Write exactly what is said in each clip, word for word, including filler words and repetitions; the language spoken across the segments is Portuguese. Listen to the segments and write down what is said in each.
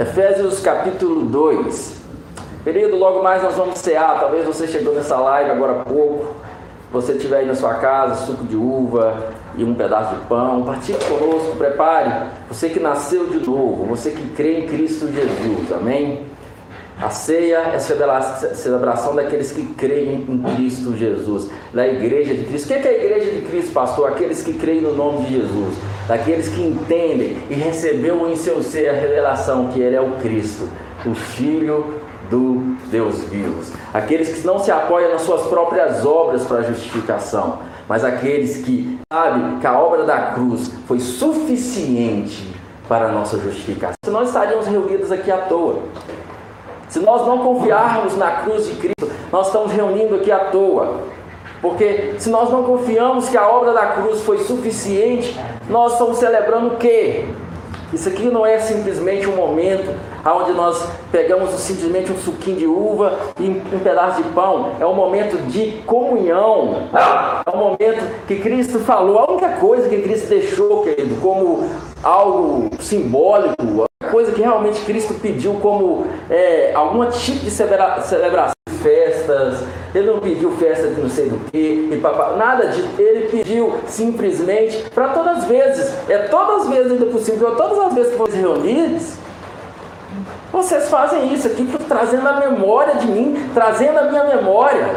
Efésios capítulo dois. Querido, logo mais nós vamos cear. Talvez você chegou nessa live agora há pouco. Você tiver aí na sua casa, suco de uva e um pedaço de pão. Participe conosco, prepare. Você que nasceu de novo, você que crê em Cristo Jesus, amém? A ceia é a celebração daqueles que creem em Cristo Jesus, da igreja de Cristo. O que é a igreja de Cristo, pastor? Aqueles que creem no nome de Jesus, daqueles que entendem e receberam em seu ser a revelação que Ele é o Cristo, o Filho do Deus vivo. Aqueles que não se apoiam nas suas próprias obras para a justificação, mas aqueles que sabem que a obra da cruz foi suficiente para a nossa justificação. Se nós estaríamos reunidos aqui à toa. Se nós não confiarmos na cruz de Cristo, nós estamos reunindo aqui à toa. Porque se nós não confiamos que a obra da cruz foi suficiente, nós estamos celebrando o quê? Isso aqui não é simplesmente um momento onde nós pegamos simplesmente um suquinho de uva e um pedaço de pão. É um momento de comunhão. É um momento que Cristo falou. A única coisa que Cristo deixou, querido, como algo simbólico, a coisa que realmente Cristo pediu como é, algum tipo de celebração, festas. Ele não pediu festa de não sei do que, e papá, nada disso. Ele pediu simplesmente para todas as vezes, é todas as vezes ainda possível, todas as vezes que vocês reunidos, vocês fazem isso aqui, trazendo a memória de mim, trazendo a minha memória.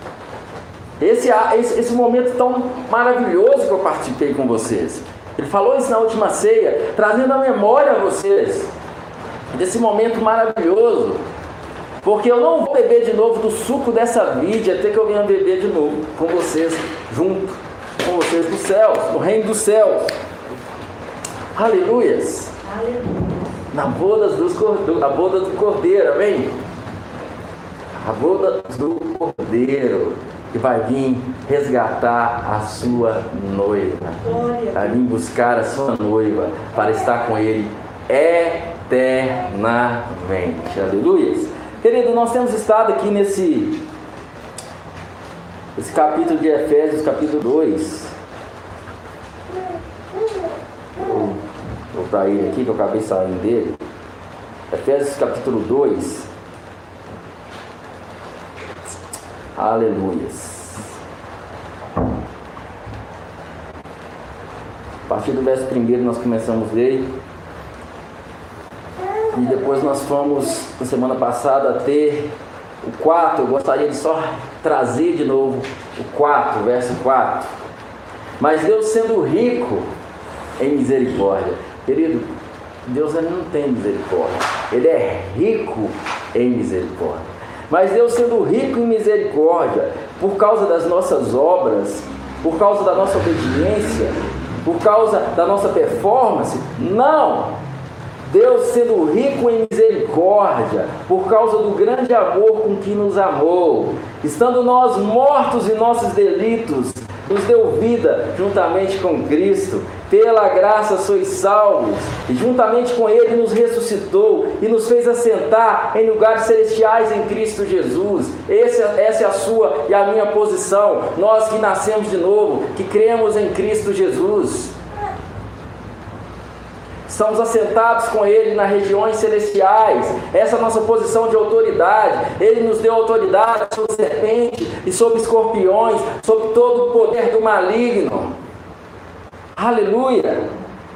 Esse, esse, esse momento tão maravilhoso que eu participei com vocês. Ele falou isso na última ceia, trazendo a memória a vocês, desse momento maravilhoso. Porque eu não vou beber de novo do suco dessa vida até que eu venha beber de novo com vocês, junto com vocês do céu, no reino dos céus. Aleluias! Aleluia. Na boda, dos, na boda do Cordeiro, amém? A boda do Cordeiro, que vai vir resgatar a sua noiva, vai vir buscar a sua noiva para estar com Ele eternamente. Aleluias! Querido, nós temos estado aqui nesse esse capítulo de Efésios, capítulo dois. Vou voltar ele aqui, que eu acabei saindo dele. Efésios, capítulo dois. Aleluias. A partir do verso primeiro nós começamos a ler. E depois nós fomos, na semana passada, a ter o quatro. Eu gostaria de só trazer de novo o quatro, verso quatro. Mas Deus sendo rico em misericórdia. Querido, Deus ele não tem misericórdia. Ele é rico em misericórdia. Mas Deus sendo rico em misericórdia, por causa das nossas obras, por causa da nossa obediência, por causa da nossa performance, não! Deus sendo rico em misericórdia, por causa do grande amor com que nos amou, estando nós mortos em nossos delitos, nos deu vida juntamente com Cristo. Pela graça sois salvos, e juntamente com Ele nos ressuscitou e nos fez assentar em lugares celestiais em Cristo Jesus. Essa, essa é a sua e a minha posição, nós que nascemos de novo, que cremos em Cristo Jesus. Estamos assentados com Ele nas regiões celestiais. Essa é a nossa posição de autoridade. Ele nos deu autoridade sobre serpentes e sobre escorpiões, sobre todo o poder do maligno. Aleluia!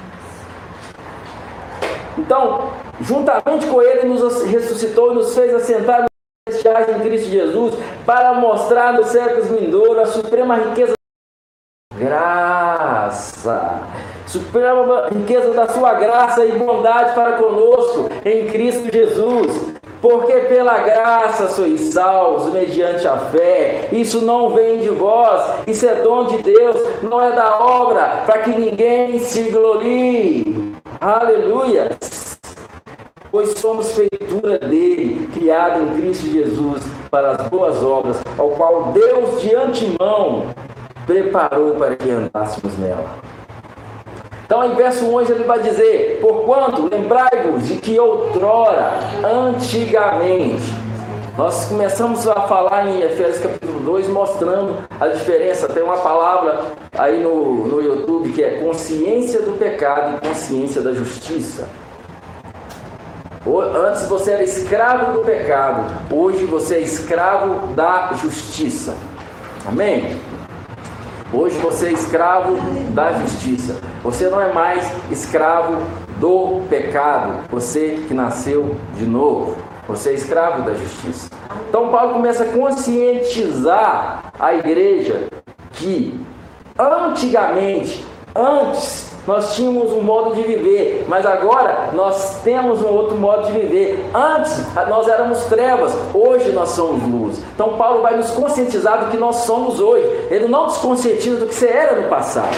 Então, juntamente com Ele nos ressuscitou e nos fez assentar nos celestiais em Cristo Jesus, para mostrar nos séculos vindouros a suprema riqueza da graça. Suprema riqueza da sua graça e bondade para conosco em Cristo Jesus, porque pela graça sois salvos mediante a fé. Isso não vem de vós, isso é dom de Deus, não é da obra, para que ninguém se glorie. Aleluia! Pois somos feitura dele, criado em Cristo Jesus para as boas obras, ao qual Deus de antemão preparou para que andássemos nela. Então, em verso onze, ele vai dizer: porquanto lembrai-vos de que outrora, antigamente, nós começamos a falar em Efésios capítulo dois, mostrando a diferença. Tem uma palavra aí no, no YouTube que é consciência do pecado e consciência da justiça. Antes você era escravo do pecado, hoje você é escravo da justiça. Amém? Hoje você é escravo da justiça. Você não é mais escravo do pecado. Você que nasceu de novo. Você é escravo da justiça. Então Paulo começa a conscientizar a igreja que antigamente, antes, nós tínhamos um modo de viver, mas agora nós temos um outro modo de viver. Antes nós éramos trevas, hoje nós somos luz. Então Paulo vai nos conscientizar do que nós somos hoje. Ele não nos conscientiza do que você era no passado.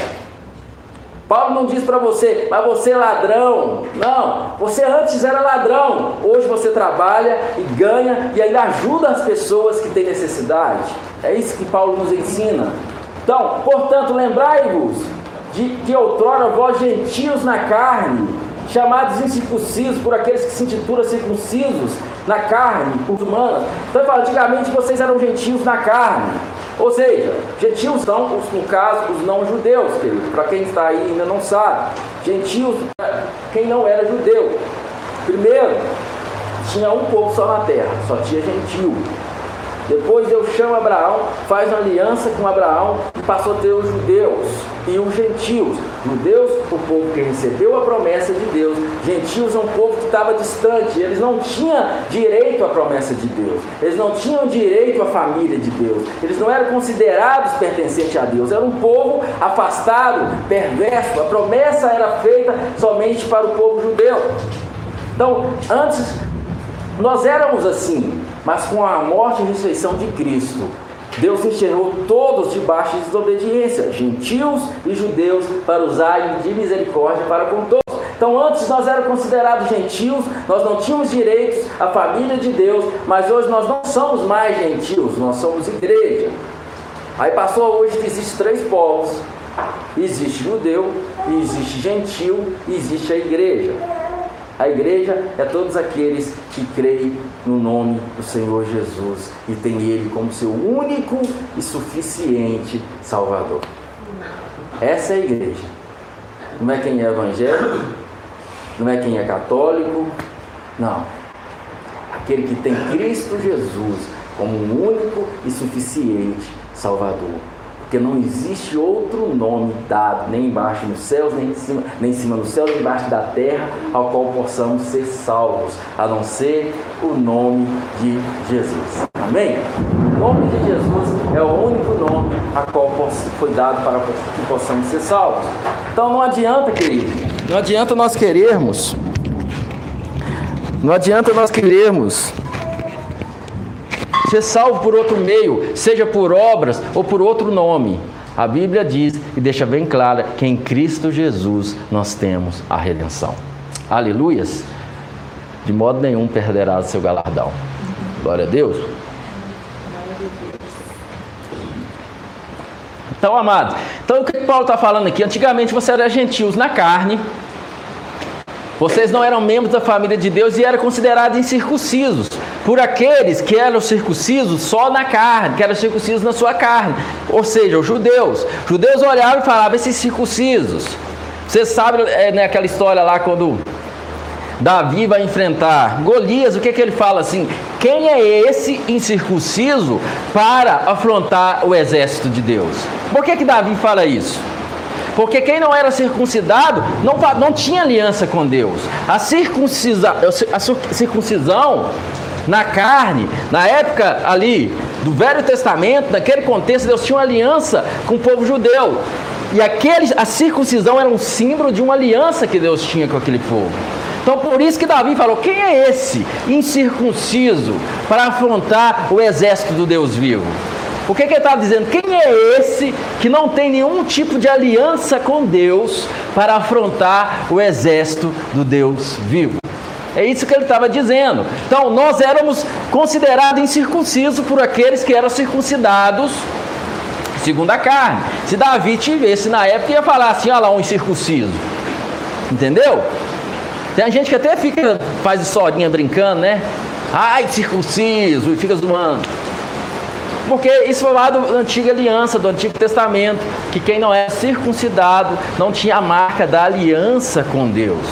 Paulo não diz para você, mas você é ladrão. Não, você antes era ladrão. Hoje você trabalha e ganha e ainda ajuda as pessoas que têm necessidade. É isso que Paulo nos ensina. Então, portanto, lembrai-vos de que outrora vós gentios na carne, chamados incircuncisos por aqueles que se intitulam circuncisos na carne, por humanas. Então ele fala, antigamente vocês eram gentios na carne. Ou seja, gentios são, no caso, os não-judeus, querido. Para quem está aí e ainda não sabe. Gentios, quem não era judeu. Primeiro, tinha um povo só na terra, só tinha gentio. Depois Deus chama Abraão, faz uma aliança com Abraão e passou a ter os judeus e os gentios. Judeus, o povo que recebeu a promessa de Deus. Gentios é um povo que estava distante. Eles não tinham direito à promessa de Deus. Eles não tinham direito à família de Deus. Eles não eram considerados pertencentes a Deus. Era um povo afastado, perverso. A promessa era feita somente para o povo judeu. Então, antes nós éramos assim, mas com a morte e ressurreição de Cristo, Deus enxergou todos debaixo de desobediência, gentios e judeus, para usarem de misericórdia para com todos. Então antes nós éramos considerados gentios, nós não tínhamos direitos à família de Deus, mas hoje nós não somos mais gentios, nós somos igreja. Aí passou hoje que existem três povos: existe judeu, existe gentio e existe a igreja. A igreja é todos aqueles que creem no nome do Senhor Jesus e tem Ele como seu único e suficiente Salvador. Essa é a igreja. Não é quem é evangélico, não é quem é católico, não. Aquele que tem Cristo Jesus como o único e suficiente Salvador. Porque não existe outro nome dado, nem embaixo nos céus, nem em cima, nem em cima nos céus, nem embaixo da terra, ao qual possamos ser salvos, a não ser o nome de Jesus. Amém? O nome de Jesus é o único nome a qual foi dado para que possamos ser salvos. Então não adianta, querido, não adianta nós querermos, não adianta nós querermos ser salvo por outro meio, seja por obras ou por outro nome. A Bíblia diz e deixa bem clara que em Cristo Jesus nós temos a redenção. Aleluias! De modo nenhum perderás seu galardão. Glória a Deus. Então, amados, então o que Paulo está falando aqui? Antigamente você era gentios na carne. Vocês não eram membros da família de Deus e eram considerados incircuncisos por aqueles que eram circuncisos só na carne, que eram circuncisos na sua carne, ou seja, os judeus. Os judeus olhavam e falavam, esses circuncisos. Vocês sabem, é, né, aquela história lá quando Davi vai enfrentar Golias, o que, que ele fala assim? Quem é esse incircunciso para afrontar o exército de Deus? Por que, que Davi fala isso? Porque quem não era circuncidado não, não tinha aliança com Deus. A, circuncisa, a circuncisão na carne, na época ali do Velho Testamento, naquele contexto, Deus tinha uma aliança com o povo judeu. E aquele, a circuncisão era um símbolo de uma aliança que Deus tinha com aquele povo. Então por isso que Davi falou, quem é esse incircunciso para afrontar o exército do Deus vivo? O que, que ele está dizendo? Quem é esse que não tem nenhum tipo de aliança com Deus para afrontar o exército do Deus vivo? É isso que ele estava dizendo. Então, nós éramos considerados incircuncisos por aqueles que eram circuncidados segundo a carne. Se Davi tivesse na época, ia falar assim, olha lá um incircunciso. Entendeu? Tem gente que até fica, faz historinha brincando, né? Ai, circunciso, e fica zoando. Porque isso foi lá da antiga aliança, do Antigo Testamento, que quem não é circuncidado não tinha a marca da aliança com Deus.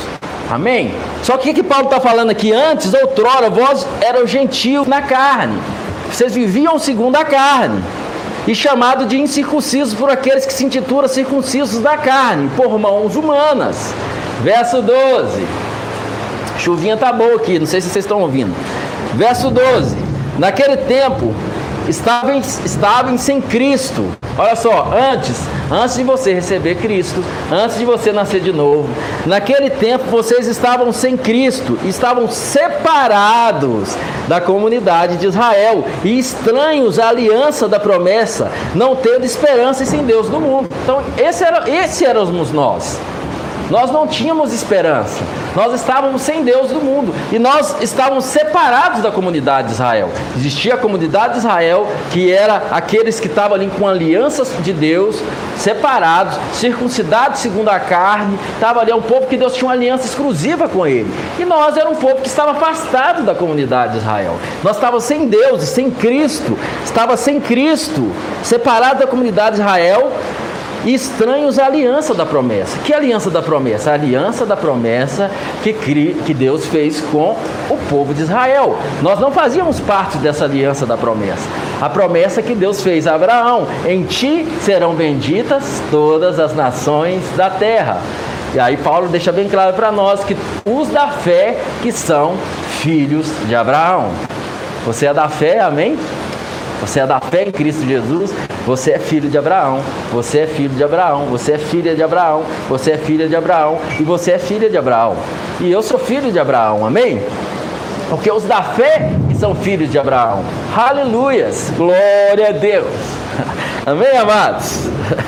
Amém? Só que o que Paulo está falando aqui? Antes, outrora, vós eram gentios na carne. Vocês viviam segundo a carne. E chamado de incircuncisos por aqueles que se intitulam circuncisos da carne, por mãos humanas. Verso doze. Chuvinha tá boa aqui, não sei se vocês estão ouvindo. Verso doze. Naquele tempo, estavam, estavam sem Cristo. Olha só, antes, antes de você receber Cristo, antes de você nascer de novo, naquele tempo vocês estavam sem Cristo, estavam separados da comunidade de Israel e estranhos à aliança da promessa, não tendo esperança e sem Deus no mundo. Então, esse, era, esse éramos nós. Nós não tínhamos esperança, nós estávamos sem Deus do mundo e nós estávamos separados da comunidade de Israel. Existia a comunidade de Israel, que era aqueles que estavam ali com alianças de Deus, separados, circuncidados segundo a carne, estava ali um povo que Deus tinha uma aliança exclusiva com ele. E nós era um povo que estava afastado da comunidade de Israel. Nós estávamos sem Deus, sem Cristo, estava sem Cristo, separado da comunidade de Israel, e estranhos à aliança da promessa. Que aliança da promessa? A aliança da promessa que, que Deus fez com o povo de Israel. Nós não fazíamos parte dessa aliança da promessa. A promessa que Deus fez a Abraão: em ti serão benditas todas as nações da terra. E aí Paulo deixa bem claro para nós que os da fé que são filhos de Abraão. Você é da fé, amém? Você é da fé em Cristo Jesus, você é filho de Abraão, você é filho de Abraão, você é filha de Abraão, você é filha de Abraão e você é filha de Abraão. E eu sou filho de Abraão, amém? Porque os da fé que são filhos de Abraão. Aleluias, glória a Deus. Amém, amados?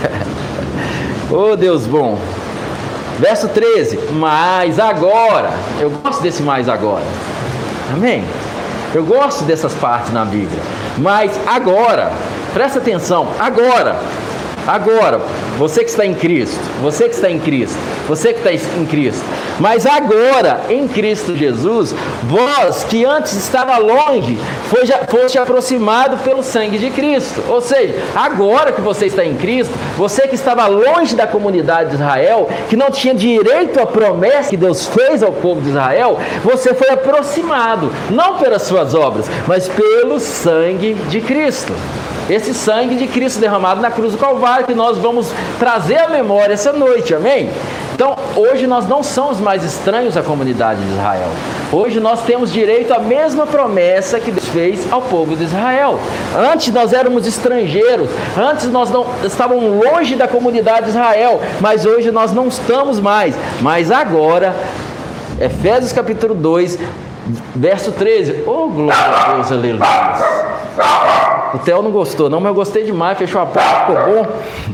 Oh, Deus bom. Verso treze, mas agora, eu gosto desse mais agora. Amém? Eu gosto dessas partes na Bíblia. Mas agora, presta atenção, agora, agora, você que está em Cristo, você que está em Cristo, você que está em Cristo, mas agora, em Cristo Jesus, vós que antes estava longe, foi, já, foste aproximado pelo sangue de Cristo. Ou seja, agora que você está em Cristo, você que estava longe da comunidade de Israel, que não tinha direito à promessa que Deus fez ao povo de Israel, você foi aproximado, não pelas suas obras, mas pelo sangue de Cristo. Esse sangue de Cristo derramado na cruz do Calvário, que nós vamos trazer à memória essa noite, amém? Então, hoje nós não somos mais estranhos à comunidade de Israel. Hoje nós temos direito à mesma promessa que Deus fez ao povo de Israel. Antes nós éramos estrangeiros, antes nós não estávamos longe da comunidade de Israel, mas hoje nós não estamos mais. Mas agora, Efésios capítulo dois, verso treze, oh glória a Deus, aleluia. O Theo não gostou não, mas eu gostei demais, fechou a porta, ficou bom.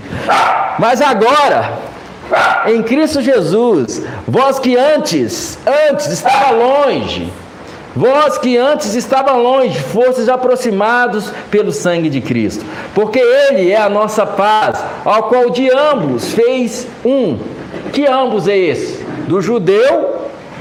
Mas agora, em Cristo Jesus, vós que antes, antes estava longe, vós que antes estava longe, fostes aproximados pelo sangue de Cristo, porque Ele é a nossa paz, ao qual de ambos fez um. Que ambos é esse? Do judeu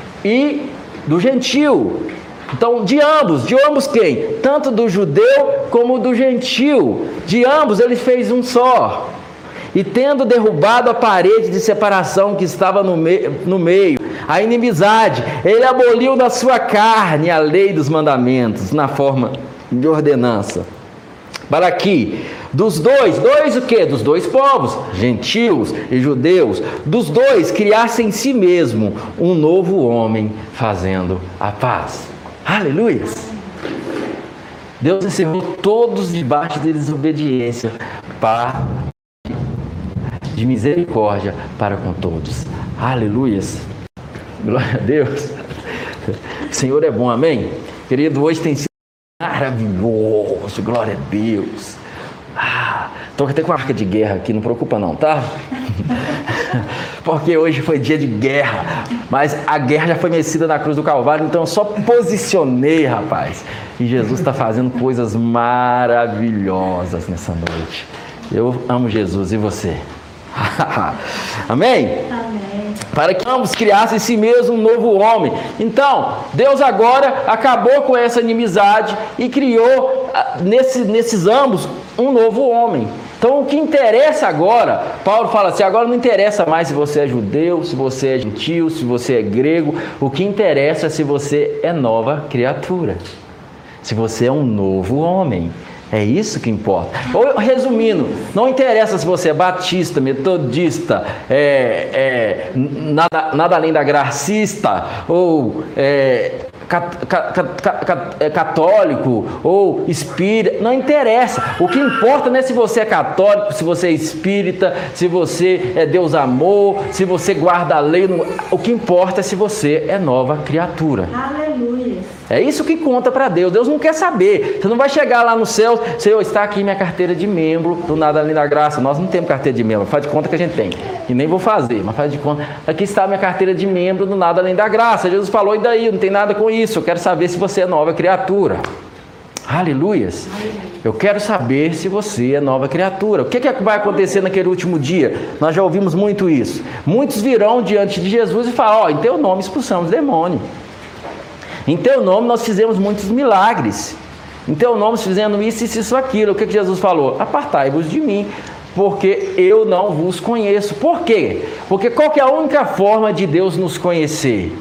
e do gentio. Então, de ambos, de ambos quem? Tanto do judeu como do gentio. De ambos ele fez um só. E tendo derrubado a parede de separação que estava no, me- no meio, a inimizade, ele aboliu da sua carne a lei dos mandamentos, na forma de ordenança. Para que dos dois, dois o quê? Dos dois povos, gentios e judeus, dos dois criasse em si mesmo um novo homem, fazendo a paz. Aleluia! Deus encerrou todos debaixo de desobediência para de misericórdia para com todos. Aleluias! Glória a Deus! O Senhor é bom, amém? Querido, hoje tem sido maravilhoso, glória a Deus! Ah, estou até com a arca de guerra aqui, não preocupa não, tá? Porque hoje foi dia de guerra, mas a guerra já foi vencida na cruz do Calvário, então eu só posicionei, rapaz, e Jesus está fazendo coisas maravilhosas nessa noite. Eu amo Jesus, e você? Amém? Amém. Para que ambos criassem em si mesmo um novo homem. Então, Deus agora acabou com essa inimizade e criou nesse, nesses ambos um novo homem. Então o que interessa agora, Paulo fala assim, agora não interessa mais se você é judeu, se você é gentil, se você é grego, o que interessa é se você é nova criatura, se você é um novo homem. É isso que importa. Ou, resumindo, não interessa se você é batista, metodista, é, é, nada, nada além da gracista, ou é, cat, cat, cat, cat, católico, ou espírita, não interessa. O que importa não é se você é católico, se você é espírita, se você é Deus amor, se você guarda a lei. O que importa é se você é nova criatura. Aleluia. É isso que conta para Deus. Deus não quer saber. Você não vai chegar lá no céu, Senhor, está aqui minha carteira de membro do Nada Além da Graça. Nós não temos carteira de membro, faz de conta que a gente tem. E nem vou fazer, mas faz de conta. Aqui está minha carteira de membro do Nada Além da Graça. Jesus falou, e daí? Não tem nada com isso. Eu quero saber se você é nova criatura. Aleluias. Eu quero saber se você é nova criatura. O que é que vai acontecer naquele último dia? Nós já ouvimos muito isso. Muitos virão diante de Jesus e falam, ó, oh, em teu nome expulsamos demônio. Em teu nome nós fizemos muitos milagres. Em teu nome nós fizemos isso, isso, isso, aquilo. O que, que Jesus falou? Apartai-vos de mim, porque eu não vos conheço. Por quê? Porque qual que é a única forma de Deus nos conhecer?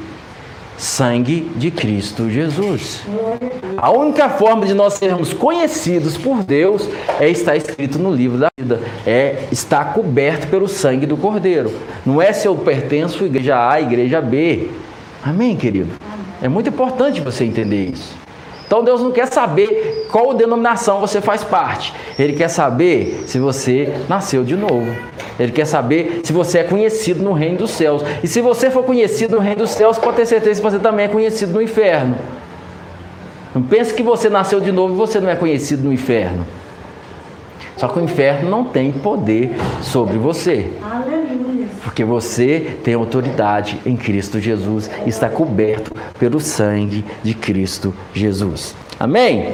Sangue de Cristo Jesus. A única forma de nós sermos conhecidos por Deus é estar escrito no livro da vida, é estar coberto pelo sangue do Cordeiro. Não é se eu pertenço à igreja A, igreja B. Amém, querido? É muito importante você entender isso. Então Deus não quer saber qual denominação você faz parte. Ele quer saber se você nasceu de novo. Ele quer saber se você é conhecido no reino dos céus. E se você for conhecido no reino dos céus, pode ter certeza que você também é conhecido no inferno. Não pense que você nasceu de novo e você não é conhecido no inferno. Só que o inferno não tem poder sobre você. Aleluia. Porque você tem autoridade em Cristo Jesus e está coberto pelo sangue de Cristo Jesus. Amém?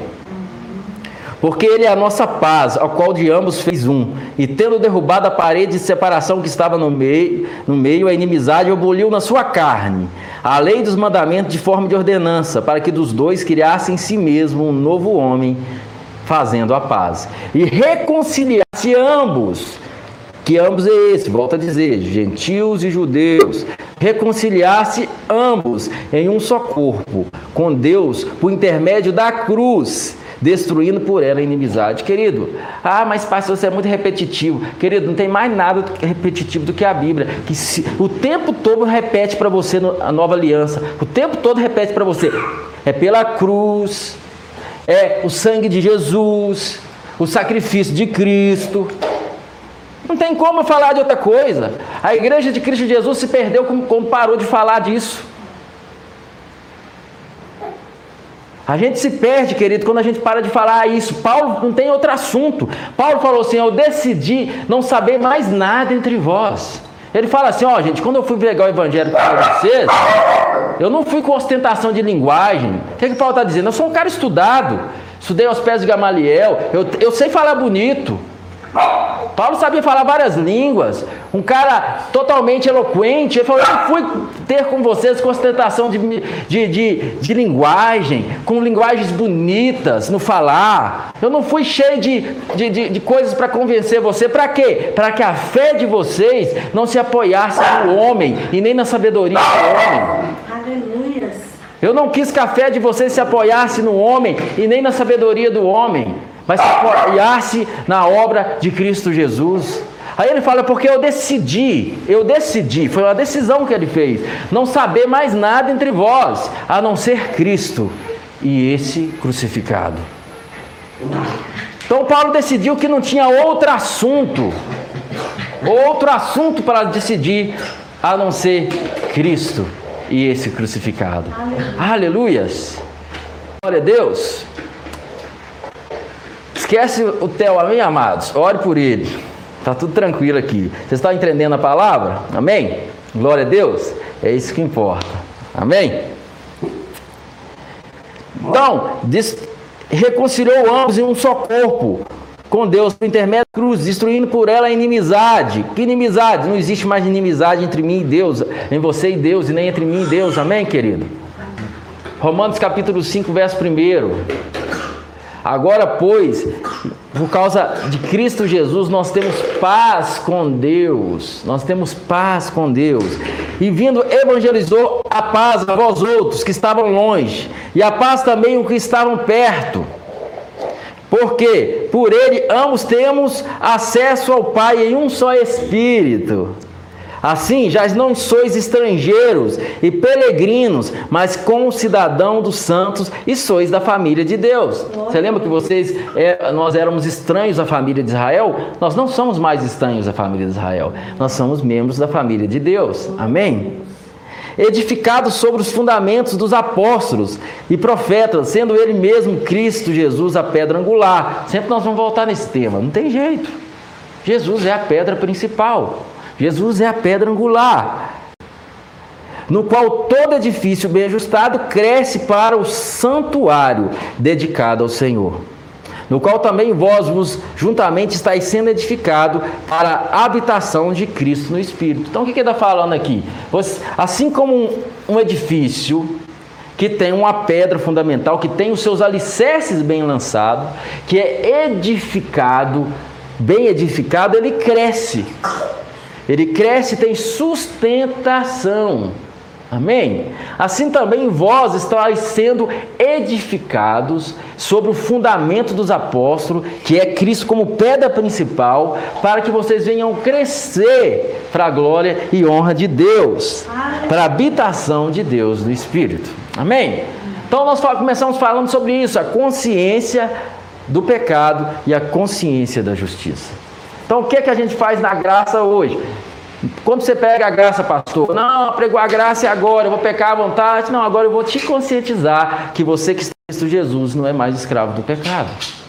Porque Ele é a nossa paz, ao qual de ambos fez um, e tendo derrubado a parede de separação que estava no meio, no meio a inimizade, aboliu na sua carne a lei dos mandamentos de forma de ordenança, para que dos dois criasse em si mesmo um novo homem, fazendo a paz, e reconciliasse ambos, que ambos é esse, volta a dizer, gentios e judeus, reconciliasse ambos em um só corpo, com Deus, por intermédio da cruz, destruindo por ela a inimizade. Querido, ah, mas pastor, você é muito repetitivo. Querido, não tem mais nada repetitivo do que a Bíblia, que se, o tempo todo repete para você a nova aliança, o tempo todo repete para você, é pela cruz, é o sangue de Jesus, o sacrifício de Cristo. Não tem como falar de outra coisa. A igreja de Cristo Jesus se perdeu como, como parou de falar disso. A gente se perde, querido, quando a gente para de falar isso. Paulo não tem outro assunto. Paulo falou assim, eu decidi não saber mais nada entre vós. Ele fala assim, ó, gente, quando eu fui pregar o evangelho para vocês, eu não fui com ostentação de linguagem. O que, que Paulo está dizendo? Eu sou um cara estudado, estudei aos pés de Gamaliel, eu, eu sei falar bonito. Paulo sabia falar várias línguas, um cara totalmente eloquente. Ele falou, eu não fui ter com vocês com ostentação de, de, de, de linguagem, com linguagens bonitas no falar. Eu não fui cheio de, de, de, de coisas para convencer você. Para quê? Para que a fé de vocês não se apoiasse no homem e nem na sabedoria do homem. Aleluia. Eu não quis que a fé de vocês se apoiasse no homem e nem na sabedoria do homem, mas se apoiasse na obra de Cristo Jesus. Aí ele fala, porque eu decidi, eu decidi, foi uma decisão que ele fez, não saber mais nada entre vós, a não ser Cristo e esse crucificado. Então Paulo decidiu que não tinha outro assunto, outro assunto para decidir, a não ser Cristo e esse crucificado. Aleluias! Glória a Deus! Esquece o Theo, amém, amados? Ore por ele. Está tudo tranquilo aqui. Vocês estão entendendo a palavra? Amém? Glória a Deus. É isso que importa. Amém? Então, des... reconciliou ambos em um só corpo com Deus por intermédio da cruz, destruindo por ela a inimizade. Que inimizade? Não existe mais inimizade entre mim e Deus, em você e Deus, e nem entre mim e Deus. Amém, querido? Romanos capítulo cinco, verso primeiro. Agora, pois, por causa de Cristo Jesus, nós temos paz com Deus. Nós temos paz com Deus. E vindo, evangelizou a paz a vós outros que estavam longe, e a paz também os que estavam perto. Porque por ele ambos temos acesso ao Pai em um só Espírito. Assim, já não sois estrangeiros e peregrinos, mas concidadãos dos santos e sois da família de Deus. Você lembra que vocês, é, nós éramos estranhos à família de Israel? Nós não somos mais estranhos à família de Israel. Nós somos membros da família de Deus. Amém? Edificados sobre os fundamentos dos apóstolos e profetas, sendo ele mesmo Cristo Jesus a pedra angular. Sempre nós vamos voltar nesse tema, não tem jeito. Jesus é a pedra principal. Jesus é a pedra angular, no qual todo edifício bem ajustado cresce para o santuário dedicado ao Senhor, no qual também vós vos juntamente estáis sendo edificado para a habitação de Cristo no Espírito. Então o que ele está falando aqui? Assim como um, um edifício que tem uma pedra fundamental, que tem os seus alicerces bem lançados, que é edificado, bem edificado, ele cresce. Ele cresce e tem sustentação. Amém? Assim também vós estáis sendo edificados sobre o fundamento dos apóstolos, que é Cristo como pedra principal, para que vocês venham crescer para a glória e honra de Deus, para a habitação de Deus no Espírito. Amém? Então nós começamos falando sobre isso, a consciência do pecado e a consciência da justiça. Então, o que, é que a gente faz na graça hoje? Quando você pega a graça, pastor, não, pregou a graça e agora eu vou pecar à vontade. Não, agora eu vou te conscientizar que você que está em Cristo Jesus não é mais escravo do pecado.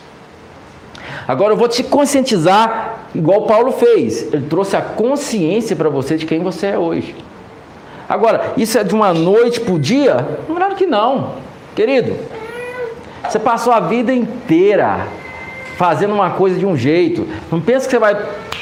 Agora eu vou te conscientizar, igual Paulo fez. Ele trouxe a consciência para você de quem você é hoje. Agora, isso é de uma noite para o dia? Claro que não, querido. Você passou a vida inteira fazendo uma coisa de um jeito. Não pensa que você vai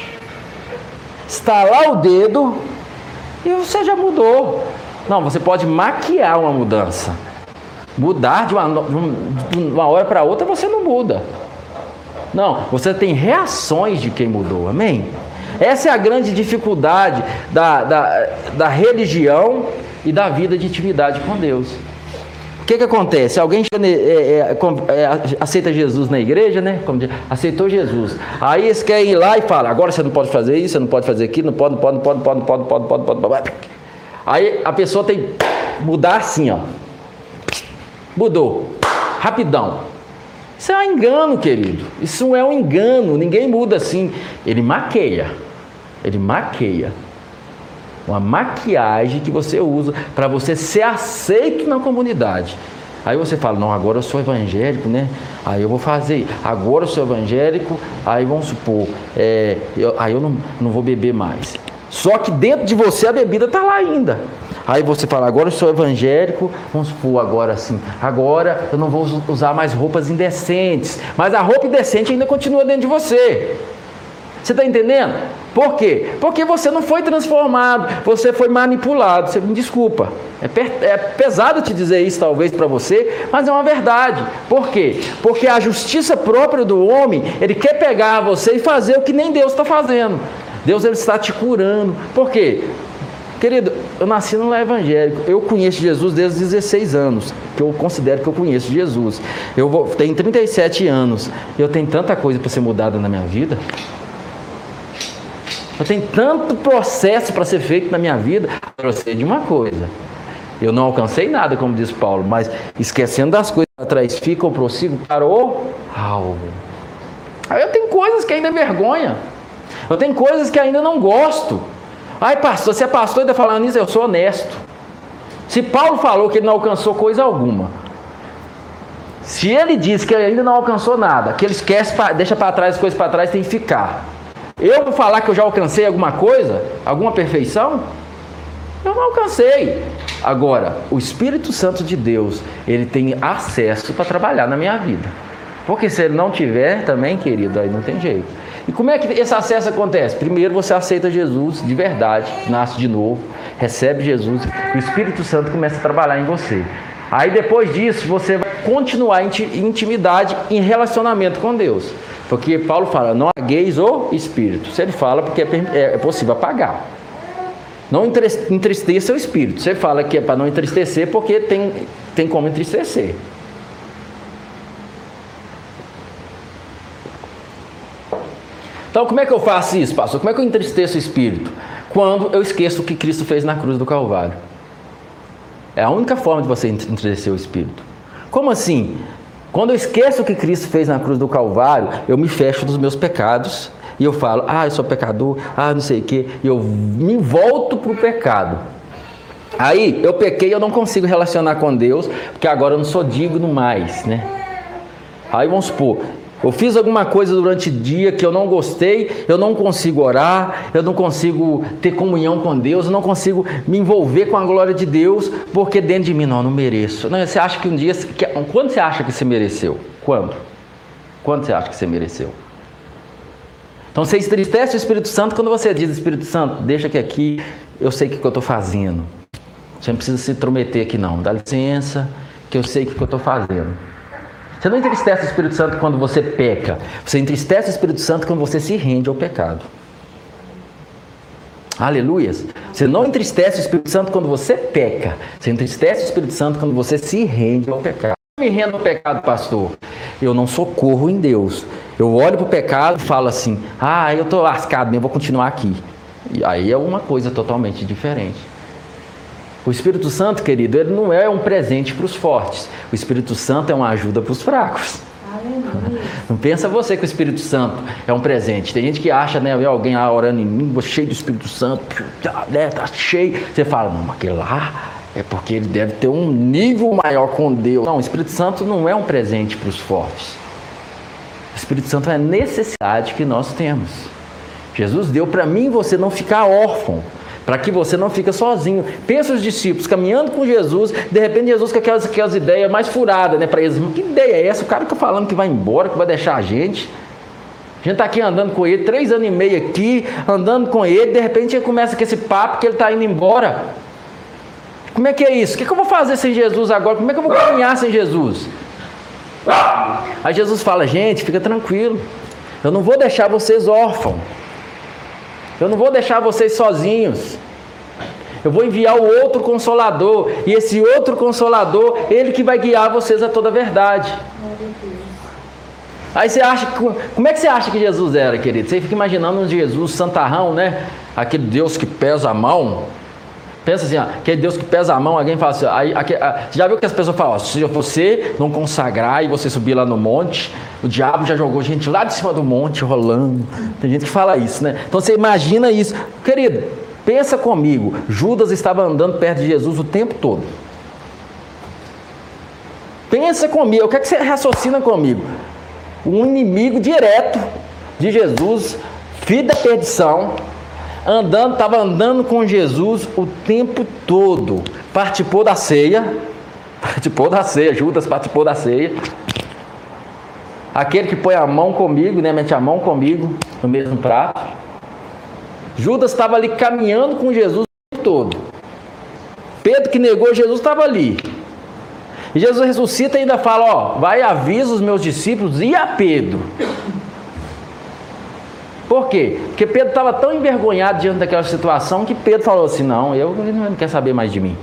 estalar o dedo e você já mudou. Não, você pode maquiar uma mudança. Mudar de uma, de uma hora para outra você não muda. Não, você tem reações de quem mudou. Amém? Essa é a grande dificuldade da, da, da religião e da vida de intimidade com Deus. O que que acontece? Alguém é, é, é, aceita Jesus na igreja, né? Como diz, aceitou Jesus. Aí eles querem ir lá e falam, agora você não pode fazer isso, você não pode fazer aquilo, não pode, não pode, não pode, não pode, não pode, não pode, não pode, não pode. Aí a pessoa tem que mudar assim, ó. Mudou. Rapidão. Isso é um engano, querido. Isso é um engano. Ninguém muda assim. Ele maqueia. Ele maqueia. Uma maquiagem que você usa para você ser aceito na comunidade. Aí você fala, não, agora eu sou evangélico, né? Aí eu vou fazer, agora eu sou evangélico, aí vamos supor, é, eu, aí eu não, não vou beber mais. Só que dentro de você a bebida está lá ainda. Aí você fala, agora eu sou evangélico, vamos supor agora assim, agora eu não vou usar mais roupas indecentes, mas a roupa indecente ainda continua dentro de você. Você está entendendo? Por quê? Porque você não foi transformado, você foi manipulado. Você me desculpa. É, per, é pesado te dizer isso talvez para você, mas é uma verdade. Por quê? Porque a justiça própria do homem, ele quer pegar você e fazer o que nem Deus está fazendo. Deus ele está te curando. Por quê? Querido, eu nasci num lar evangélico. Eu conheço Jesus desde os dezesseis anos, que eu considero que eu conheço Jesus. Eu vou, tenho trinta e sete anos. Eu tenho tanta coisa para ser mudada na minha vida. Eu tenho tanto processo para ser feito na minha vida. Eu sei de uma coisa. Eu não alcancei nada, como diz Paulo, mas esquecendo das coisas atrás, fica ou prossigo para o alvo. Aí eu tenho coisas que ainda é vergonha. Eu tenho coisas que ainda não gosto. Ai, pastor, você é pastor e ainda falando nisso, eu sou honesto. Se Paulo falou que ele não alcançou coisa alguma, se ele diz que ele ainda não alcançou nada, que ele esquece, deixa para trás as coisas para trás, tem que ficar. Eu vou falar que eu já alcancei alguma coisa, alguma perfeição? Eu não alcancei. Agora, o Espírito Santo de Deus, ele tem acesso para trabalhar na minha vida. Porque se ele não tiver também, querido, aí não tem jeito. E como é que esse acesso acontece? Primeiro você aceita Jesus de verdade, nasce de novo, recebe Jesus, o Espírito Santo começa a trabalhar em você. Aí depois disso, você vai continuar em intimidade, em relacionamento com Deus. Porque Paulo fala, não apagueis o Espírito. Se ele fala, porque é possível apagar. Não entristeça o Espírito. Você fala que é para não entristecer, porque tem, tem como entristecer. Então, como é que eu faço isso, pastor? Como é que eu entristeço o Espírito? Quando eu esqueço o que Cristo fez na cruz do Calvário. É a única forma de você entristecer o Espírito. Como assim? Quando eu esqueço o que Cristo fez na cruz do Calvário, eu me fecho dos meus pecados e eu falo, ah, eu sou pecador, ah, não sei o quê, e eu me volto para o pecado. Aí, eu pequei, eu não consigo relacionar com Deus, porque agora eu não sou digno mais, né? Aí, vamos supor, eu fiz alguma coisa durante o dia que eu não gostei, eu não consigo orar, eu não consigo ter comunhão com Deus, eu não consigo me envolver com a glória de Deus, porque dentro de mim, não, eu não mereço. Não, você acha que um dia, que, quando você acha que você mereceu? Quando? Quando você acha que você mereceu? Então você entristece o Espírito Santo quando você diz, Espírito Santo, deixa que aqui eu sei o que eu estou fazendo. Você não precisa se intrometer aqui não, dá licença, que eu sei o que eu estou fazendo. Você não entristece o Espírito Santo quando você peca. Você entristece o Espírito Santo quando você se rende ao pecado. Aleluias. Você não entristece o Espírito Santo quando você peca. Você entristece o Espírito Santo quando você se rende ao pecado. Eu me rendo ao pecado, pastor. Eu não socorro em Deus. Eu olho para o pecado e falo assim, ah, eu estou lascado mesmo, vou continuar aqui. E aí é uma coisa totalmente diferente. O Espírito Santo, querido, ele não é um presente para os fortes. O Espírito Santo é uma ajuda para os fracos. Aleluia. Não pensa você que o Espírito Santo é um presente. Tem gente que acha, né, vê alguém lá orando em língua, cheio do Espírito Santo, né, tá cheio. Você fala, não, mas aquele lá é porque ele deve ter um nível maior com Deus. Não, o Espírito Santo não é um presente para os fortes. O Espírito Santo é a necessidade que nós temos. Jesus deu para mim e você não ficar órfão. Para que você não fique sozinho. Pensa os discípulos caminhando com Jesus, de repente Jesus com aquelas, aquelas ideias mais furadas, né? Para eles, que ideia é essa? O cara está falando que vai embora, que vai deixar a gente. A gente está aqui andando com ele, três anos e meio aqui, andando com ele, de repente ele começa com esse papo que ele está indo embora. Como é que é isso? O que, que eu vou fazer sem Jesus agora? Como é que eu vou caminhar sem Jesus? Aí Jesus fala, gente, fica tranquilo. Eu não vou deixar vocês órfãos. Eu não vou deixar vocês sozinhos. Eu vou enviar o outro Consolador. E esse outro Consolador, ele que vai guiar vocês a toda a verdade. Aí você acha, como é que você acha que Jesus era, querido? Você fica imaginando um Jesus santarrão, né? Aquele Deus que pesa a mão. Pensa assim, ó, aquele Deus que pesa a mão, alguém fala assim, aí, aqui, a, já viu que as pessoas falam, ó, se você não consagrar e você subir lá no monte, o diabo já jogou gente lá de cima do monte, rolando. Tem gente que fala isso, né? Então você imagina isso. Querido, pensa comigo, Judas estava andando perto de Jesus o tempo todo. Pensa comigo, o que é que você raciocina comigo? Um inimigo direto de Jesus, filho da perdição, andando, estava andando com Jesus o tempo todo, participou da ceia, participou da ceia, Judas participou da ceia, aquele que põe a mão comigo, né, mete a mão comigo no mesmo prato, Judas estava ali caminhando com Jesus o tempo todo, Pedro que negou Jesus estava ali, e Jesus ressuscita e ainda fala, ó, vai e avisa os meus discípulos e a Pedro. Por quê? Porque Pedro estava tão envergonhado diante daquela situação que Pedro falou assim, não, eu ele não quer saber mais de mim.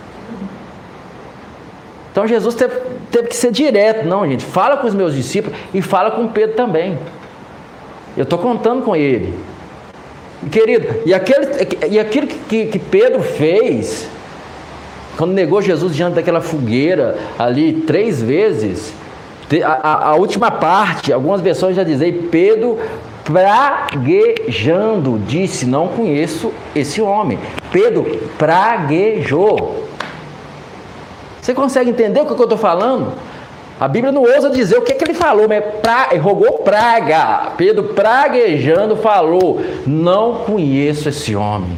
Então Jesus teve, teve que ser direto, não, gente, fala com os meus discípulos e fala com Pedro também. Eu estou contando com ele. Querido, e, aquele, e aquilo que, que Pedro fez, quando negou Jesus diante daquela fogueira ali três vezes, a, a, a última parte, algumas versões já dizem, Pedro praguejando, disse, não conheço esse homem. Pedro praguejou. Você consegue entender o que eu estou falando? A Bíblia não ousa dizer o que, é que ele falou, mas pra, ele rogou praga. Pedro praguejando falou, não conheço esse homem.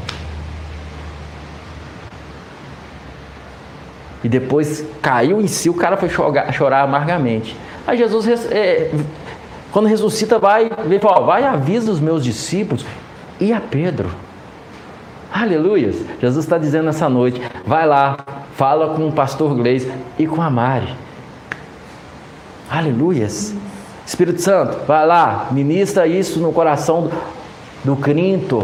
E depois caiu em si, o cara foi chorar, chorar amargamente. Aí Jesus... É, quando ressuscita, vai, ele fala, vai e avisa os meus discípulos e a Pedro. Aleluia. Jesus está dizendo nessa noite, vai lá, fala com o pastor Gleison e com a Mari. Aleluias. Espírito Santo, vai lá, ministra isso no coração do, do Crinto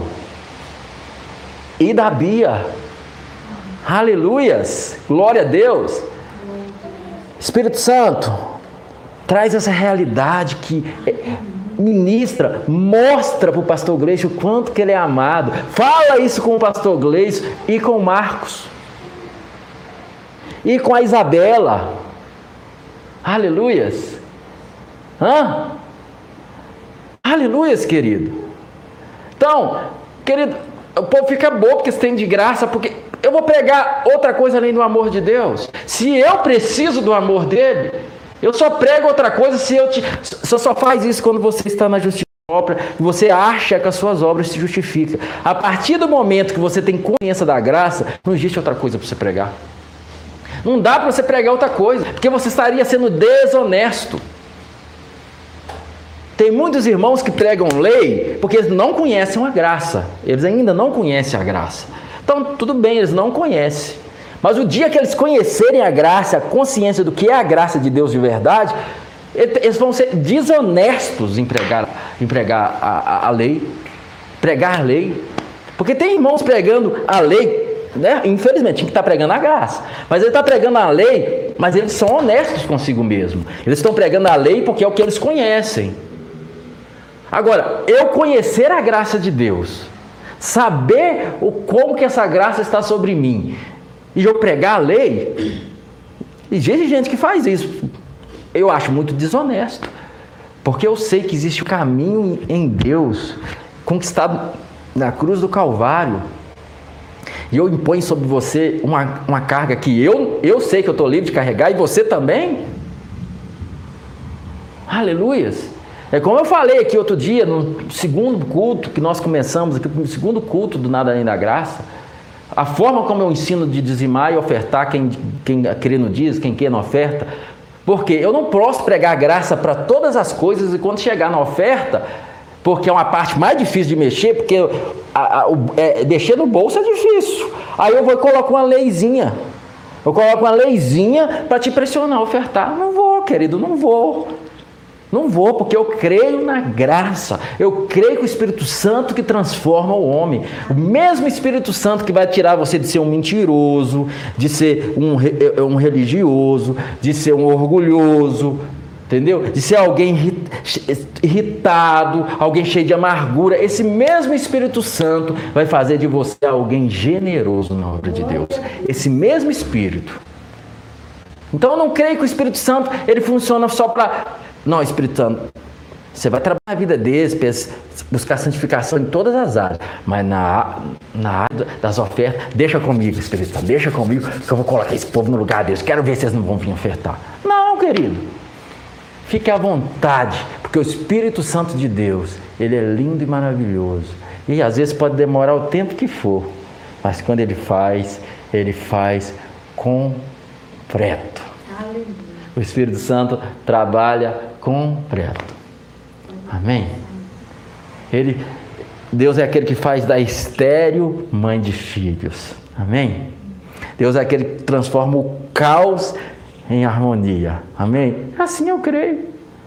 e da Bia. Aleluias. Glória a Deus. Espírito Santo, traz essa realidade que ministra, mostra para o pastor Gleison o quanto que ele é amado. Fala isso com o pastor Gleison e com o Marcos. E com a Isabela. Aleluias. Hã? Aleluias, querido. Então, querido, o povo fica bobo porque você tem de graça, porque eu vou pregar outra coisa além do amor de Deus. Se eu preciso do amor dele, eu só prego outra coisa se eu te... Você só faz isso quando você está na justiça própria e você acha que as suas obras se justificam. A partir do momento que você tem consciência da graça, não existe outra coisa para você pregar. Não dá para você pregar outra coisa, porque você estaria sendo desonesto. Tem muitos irmãos que pregam lei porque eles não conhecem a graça. Eles ainda não conhecem a graça. Então, tudo bem, eles não conhecem. Mas o dia que eles conhecerem a graça, a consciência do que é a graça de Deus de verdade, eles vão ser desonestos em pregar, em pregar a, a, a lei, pregar a lei. Porque tem irmãos pregando a lei, né? Infelizmente, tinha que estar pregando a graça. Mas ele está pregando a lei, mas eles são honestos consigo mesmo. Eles estão pregando a lei porque é o que eles conhecem. Agora, eu conhecer a graça de Deus, saber o, como que essa graça está sobre mim, e eu pregar a lei, existe gente que faz isso. Eu acho muito desonesto, porque eu sei que existe o caminho em Deus, conquistado na cruz do Calvário, e eu imponho sobre você uma, uma carga que eu, eu sei que eu estou livre de carregar, e você também. Aleluias. É como eu falei aqui outro dia, no segundo culto que nós começamos, aqui, no segundo culto do Nada Além da Graça, a forma como eu ensino de dizimar e ofertar, quem, quem crê no dízimo, quem quer na oferta, porque eu não posso pregar graça para todas as coisas e quando chegar na oferta, porque é uma parte mais difícil de mexer, porque a, a, o, é, mexer no bolso é difícil. Aí eu vou colocar uma leizinha, eu coloco uma leizinha para te pressionar a ofertar. Não vou, querido, não vou. Não vou, porque eu creio na graça. Eu creio que o Espírito Santo que transforma o homem. O mesmo Espírito Santo que vai tirar você de ser um mentiroso, de ser um, um religioso, de ser um orgulhoso, entendeu? De ser alguém irritado, alguém cheio de amargura. Esse mesmo Espírito Santo vai fazer de você alguém generoso na obra de Deus. Esse mesmo Espírito. Então eu não creio que o Espírito Santo ele funciona só para... Não, Espírito Santo, você vai trabalhar a vida deles, buscar santificação em todas as áreas, mas na, na área das ofertas, deixa comigo, Espírito Santo, deixa comigo, que eu vou colocar esse povo no lugar deles, quero ver se eles não vão vir ofertar. Não, querido, fique à vontade, porque o Espírito Santo de Deus, ele é lindo e maravilhoso, e às vezes pode demorar o tempo que for, mas quando ele faz, ele faz completo. Aleluia. O Espírito Santo trabalha completo. Amém? Ele, Deus é aquele que faz da estéril mãe de filhos. Amém? Deus é aquele que transforma o caos em harmonia. Amém? Assim eu creio.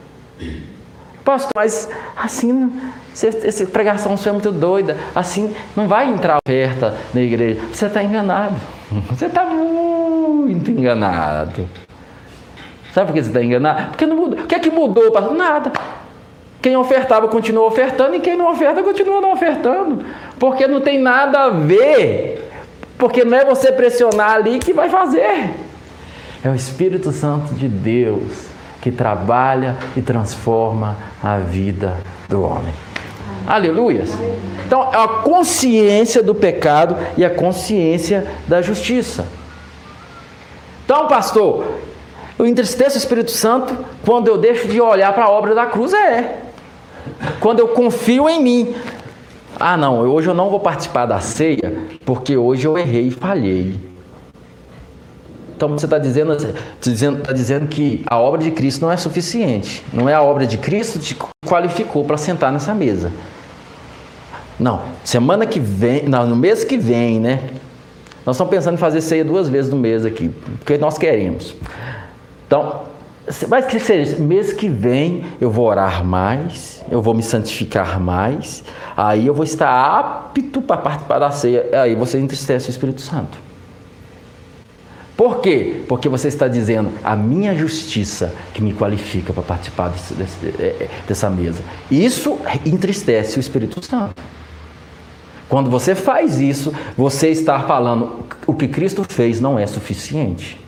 Pastor, mas assim, essa pregação sua é muito doida. Assim não vai entrar oferta na igreja. Você está enganado. Você está muito enganado. Sabe por que você está enganado? Porque não mudou. O que é que mudou? Nada. Quem ofertava continua ofertando e quem não oferta continua não ofertando. Porque não tem nada a ver. Porque não é você pressionar ali que vai fazer. É o Espírito Santo de Deus que trabalha e transforma a vida do homem. Aleluias. Então, é a consciência do pecado e a consciência da justiça. Então, pastor, eu entristeço o Espírito Santo quando eu deixo de olhar para a obra da cruz, é. Quando eu confio em mim. Ah, não, hoje eu não vou participar da ceia, porque hoje eu errei e falhei. Então você está dizendo, dizendo, tá dizendo que a obra de Cristo não é suficiente. Não é a obra de Cristo que te qualificou para sentar nessa mesa. Não, semana que vem, não, no mês que vem, né? Nós estamos pensando em fazer ceia duas vezes no mês aqui, porque nós queremos. Então, mas que seja, mês que vem eu vou orar mais, eu vou me santificar mais, aí eu vou estar apto para participar da ceia, aí você entristece o Espírito Santo. Por quê? Porque você está dizendo, a minha justiça que me qualifica para participar desse, desse, dessa mesa. Isso entristece o Espírito Santo. Quando você faz isso, você está falando, o que Cristo fez não é suficiente.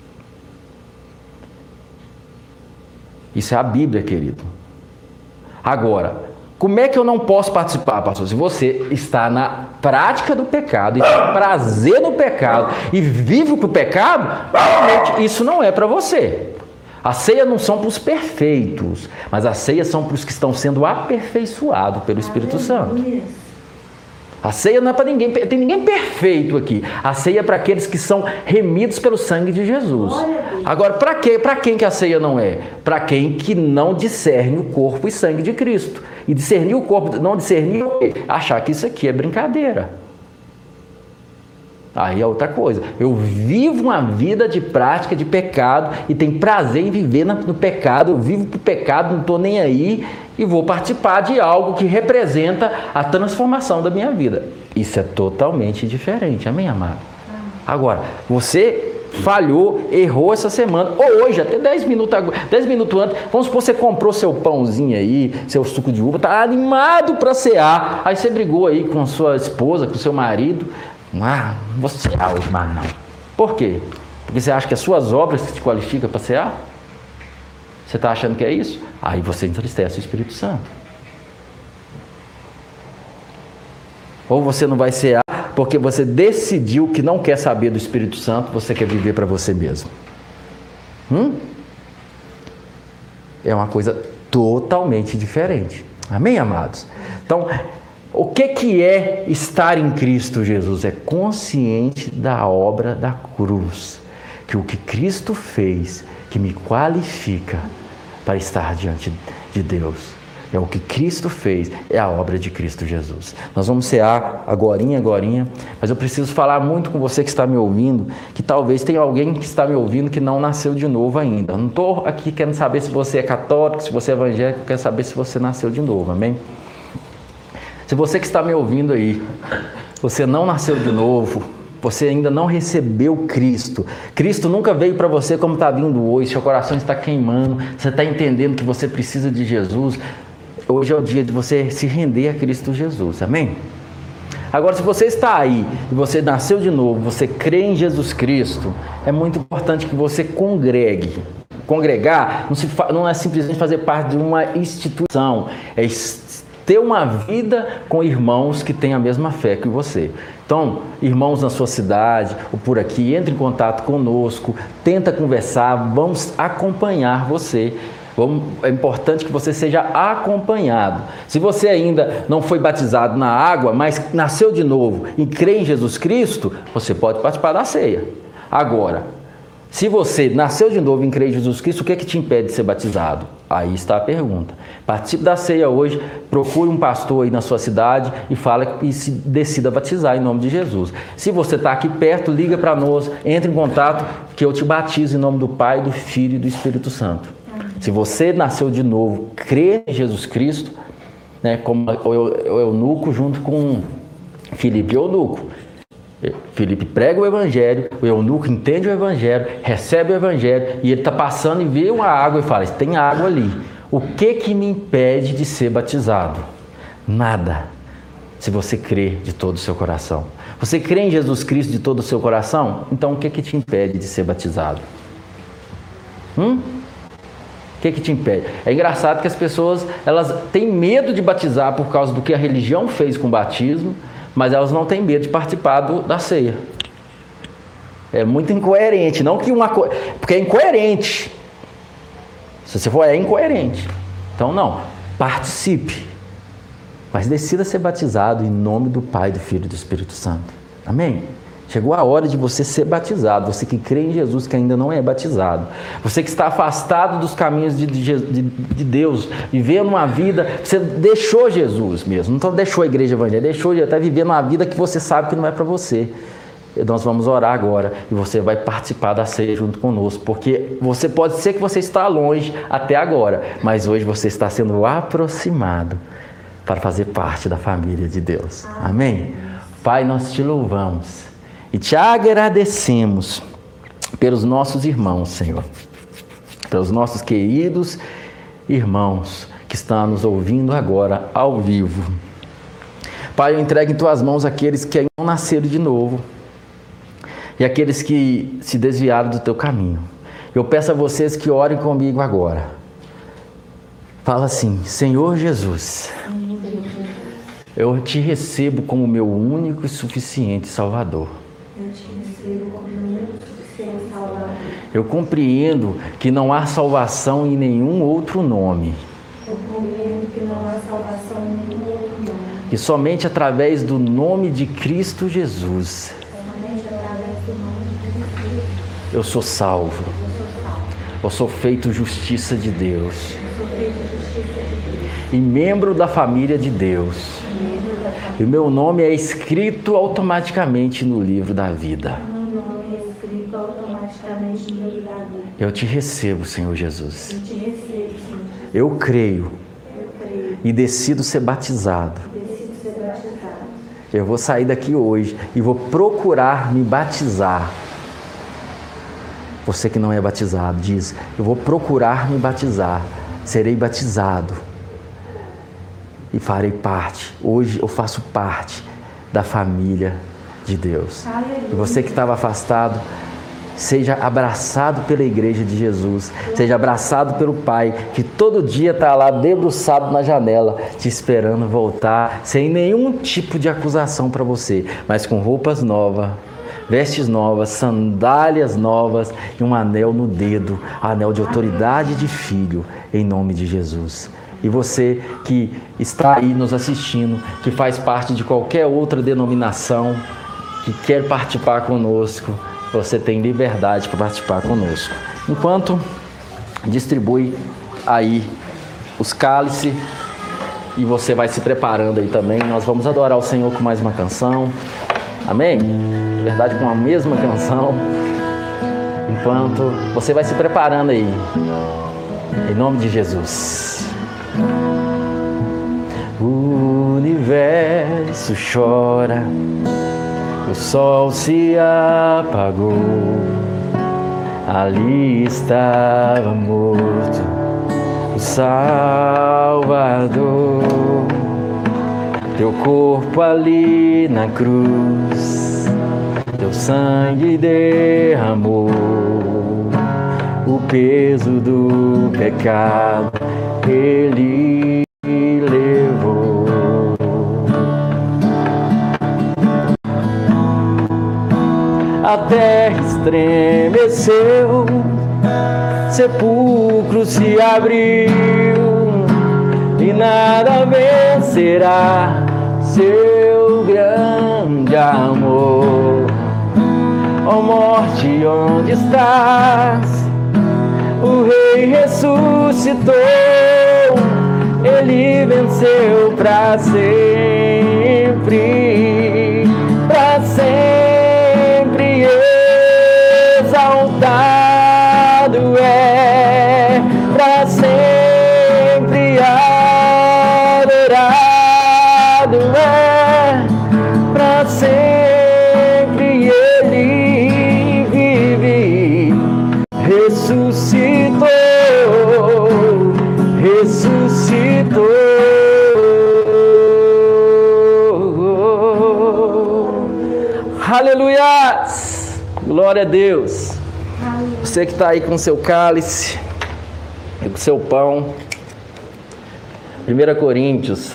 Isso é a Bíblia, querido. Agora, como é que eu não posso participar, pastor? Se você está na prática do pecado, e tem prazer no pecado, e vive para o pecado, realmente isso não é para você. A ceia não são para os perfeitos, mas a ceia são para os que estão sendo aperfeiçoados pelo Espírito Santo. A ceia não é para ninguém, tem ninguém perfeito aqui. A ceia é para aqueles que são remidos pelo sangue de Jesus. Agora, para que, para quem que a ceia não é? Para quem que não discerne o corpo e sangue de Cristo. E discernir o corpo, não discernir o quê? Achar que isso aqui é brincadeira. Aí é outra coisa. Eu vivo uma vida de prática de pecado e tenho prazer em viver no pecado. Eu vivo para o pecado, não estou nem aí e vou participar de algo que representa a transformação da minha vida. Isso é totalmente diferente, amém, amado? Agora, você falhou, errou essa semana, ou hoje, até dez minutos, dez minutos antes, vamos supor que você comprou seu pãozinho aí, seu suco de uva, está animado para cear, aí você brigou aí com sua esposa, com seu marido, ah, não vou cear hoje mais não. Por quê? Porque você acha que as suas obras que te qualificam para cear? Você está achando que é isso? Aí você entristece o Espírito Santo. Ou você não vai cear porque você decidiu que não quer saber do Espírito Santo, você quer viver para você mesmo. Hum? É uma coisa totalmente diferente. Amém, amados? Então, o que, que é estar em Cristo Jesus? É consciente da obra da cruz. Que o que Cristo fez, que me qualifica para estar diante de Deus. É o que Cristo fez, é a obra de Cristo Jesus. Nós vamos cear agorinha, agorinha, mas eu preciso falar muito com você que está me ouvindo, que talvez tenha alguém que está me ouvindo que não nasceu de novo ainda. Eu não estou aqui querendo saber se você é católico, se você é evangélico, eu quero saber se você nasceu de novo, amém? Se você que está me ouvindo aí, você não nasceu de novo, você ainda não recebeu Cristo, Cristo nunca veio para você como está vindo hoje, seu coração está queimando, você está entendendo que você precisa de Jesus, hoje é o dia de você se render a Cristo Jesus, amém? Agora, se você está aí e você nasceu de novo, você crê em Jesus Cristo, é muito importante que você congregue. Congregar não, se fa... não é simplesmente fazer parte de uma instituição, é ter uma vida com irmãos que têm a mesma fé que você. Então, irmãos na sua cidade ou por aqui, entre em contato conosco, tenta conversar, vamos acompanhar você. Vamos, é importante que você seja acompanhado. Se você ainda não foi batizado na água, mas nasceu de novo e crê em Jesus Cristo, você pode participar da ceia. Agora, se você nasceu de novo e crê em Jesus Cristo, o que é que te impede de ser batizado? Aí está a pergunta. Participe da ceia hoje, procure um pastor aí na sua cidade e fala e se decida batizar em nome de Jesus. Se você está aqui perto, liga para nós, entre em contato que eu te batizo em nome do Pai, do Filho e do Espírito Santo. Se você nasceu de novo, crê em Jesus Cristo, né, como o eunuco junto com Filipe eunuco. Filipe prega o Evangelho, o eunuco entende o Evangelho, recebe o Evangelho e ele está passando e vê uma água e fala, tem água ali. O que que me impede de ser batizado? Nada. Se você crê de todo o seu coração. Você crê em Jesus Cristo de todo o seu coração? Então o que que te impede de ser batizado? Hum? O que que te impede? É engraçado que as pessoas elas têm medo de batizar por causa do que a religião fez com o batismo, mas elas não têm medo de participar do, da ceia. É muito incoerente, não que uma coisa, porque é incoerente. Se você for, é incoerente. Então não, participe, mas decida ser batizado em nome do Pai, do Filho e do Espírito Santo. Amém? Chegou a hora de você ser batizado, você que crê em Jesus, que ainda não é batizado. Você que está afastado dos caminhos de, de, de, de Deus, vivendo uma vida, você deixou Jesus mesmo, não deixou a igreja evangélica, deixou, está vivendo uma vida que você sabe que não é para você. Nós vamos orar agora e você vai participar da ceia junto conosco, porque você pode ser que você está longe até agora, mas hoje você está sendo aproximado para fazer parte da família de Deus. Amém? Pai, nós te louvamos e te agradecemos pelos nossos irmãos, Senhor, pelos nossos queridos irmãos que estão nos ouvindo agora ao vivo. Pai, eu entrego em tuas mãos aqueles que ainda não nasceram de novo e aqueles que se desviaram do teu caminho. Eu peço a vocês que orem comigo agora. Fala assim: Senhor Jesus, eu te recebo como meu único e suficiente Salvador. Eu te recebo como meu único e suficiente Salvador. Eu compreendo que não há salvação em nenhum outro nome. Eu compreendo que não há salvação em nenhum outro nome. E somente através do nome de Cristo Jesus Somente através do nome de Cristo Jesus. eu sou salvo. Eu sou salvo. Eu sou feito justiça de Deus. Eu sou feito justiça de Deus. E membro da família de Deus. Membro da família. E o meu nome é escrito automaticamente no livro da vida. Meu nome é escrito automaticamente no livro da vida. Eu te recebo, Senhor Jesus. Eu te recebo, Senhor. Eu creio Eu creio. e decido ser batizado. Decido ser batizado. Eu vou sair daqui hoje e vou procurar me batizar. Você que não é batizado, diz: eu vou procurar me batizar. Serei batizado e farei parte. Hoje eu faço parte da família de Deus. E você que estava afastado, seja abraçado pela igreja de Jesus, seja abraçado pelo Pai, que todo dia está lá debruçado na janela, te esperando voltar, sem nenhum tipo de acusação para você, mas com roupas novas, vestes novas, sandálias novas e um anel no dedo, anel de autoridade de filho, em nome de Jesus. E você que está aí nos assistindo, que faz parte de qualquer outra denominação, que quer participar conosco, você tem liberdade para participar conosco. Enquanto distribui aí os cálices e você vai se preparando aí também, nós vamos adorar o Senhor com mais uma canção. Amém? Na verdade, com a mesma canção. Enquanto você vai se preparando aí, em nome de Jesus. O universo chora, o sol se apagou, ali estava morto o Salvador. Teu corpo ali na cruz, teu sangue derramou o peso do pecado, ele levou. A terra estremeceu, sepulcro se abriu, e nada vencerá seu grande amor. Ó morte, onde estás? O Rei ressuscitou, ele venceu para sempre, para sempre exaltado é, para sempre adorado é, para sempre ele vive, ressuscitou, ressuscitou. Aleluia! Glória a Deus. Você que está aí com seu cálice e com seu pão. primeira Coríntios,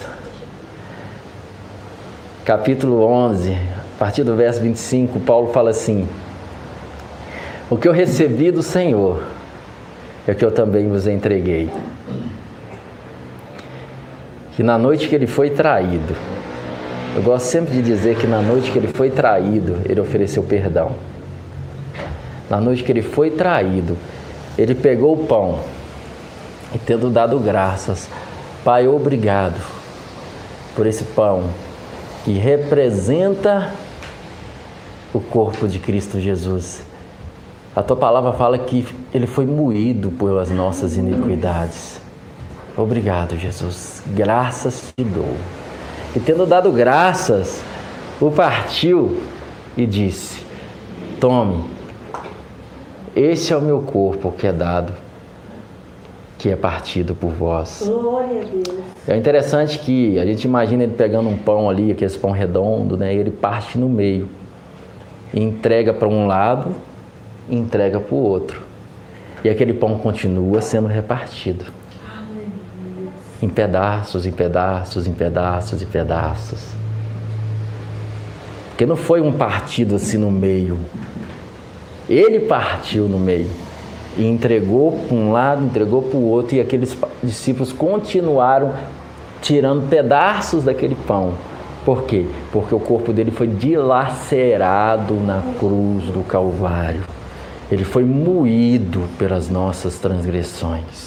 capítulo onze, a partir do verso vinte e cinco, Paulo fala assim: o que eu recebi do Senhor é o que eu também vos entreguei. Que na noite que ele foi traído, eu gosto sempre de dizer que na noite que ele foi traído, ele ofereceu perdão. Na noite que ele foi traído, ele pegou o pão e, tendo dado graças, Pai, obrigado por esse pão que representa o corpo de Cristo Jesus. A tua palavra fala que ele foi moído pelas nossas iniquidades. Obrigado, Jesus. Graças te dou. E tendo dado graças, o partiu e disse: tome, este é o meu corpo que é dado, que é partido por vós. Glória a Deus. É interessante que a gente imagina ele pegando um pão ali, aquele pão redondo, né? Ele parte no meio, e entrega para um lado, e entrega para o outro. E aquele pão continua sendo repartido. Em pedaços, em pedaços, em pedaços, em pedaços. Porque não foi um partido assim no meio. Ele partiu no meio e entregou para um lado, entregou para o outro, e aqueles discípulos continuaram tirando pedaços daquele pão. Por quê? Porque o corpo dele foi dilacerado na cruz do Calvário. Ele foi moído pelas nossas transgressões.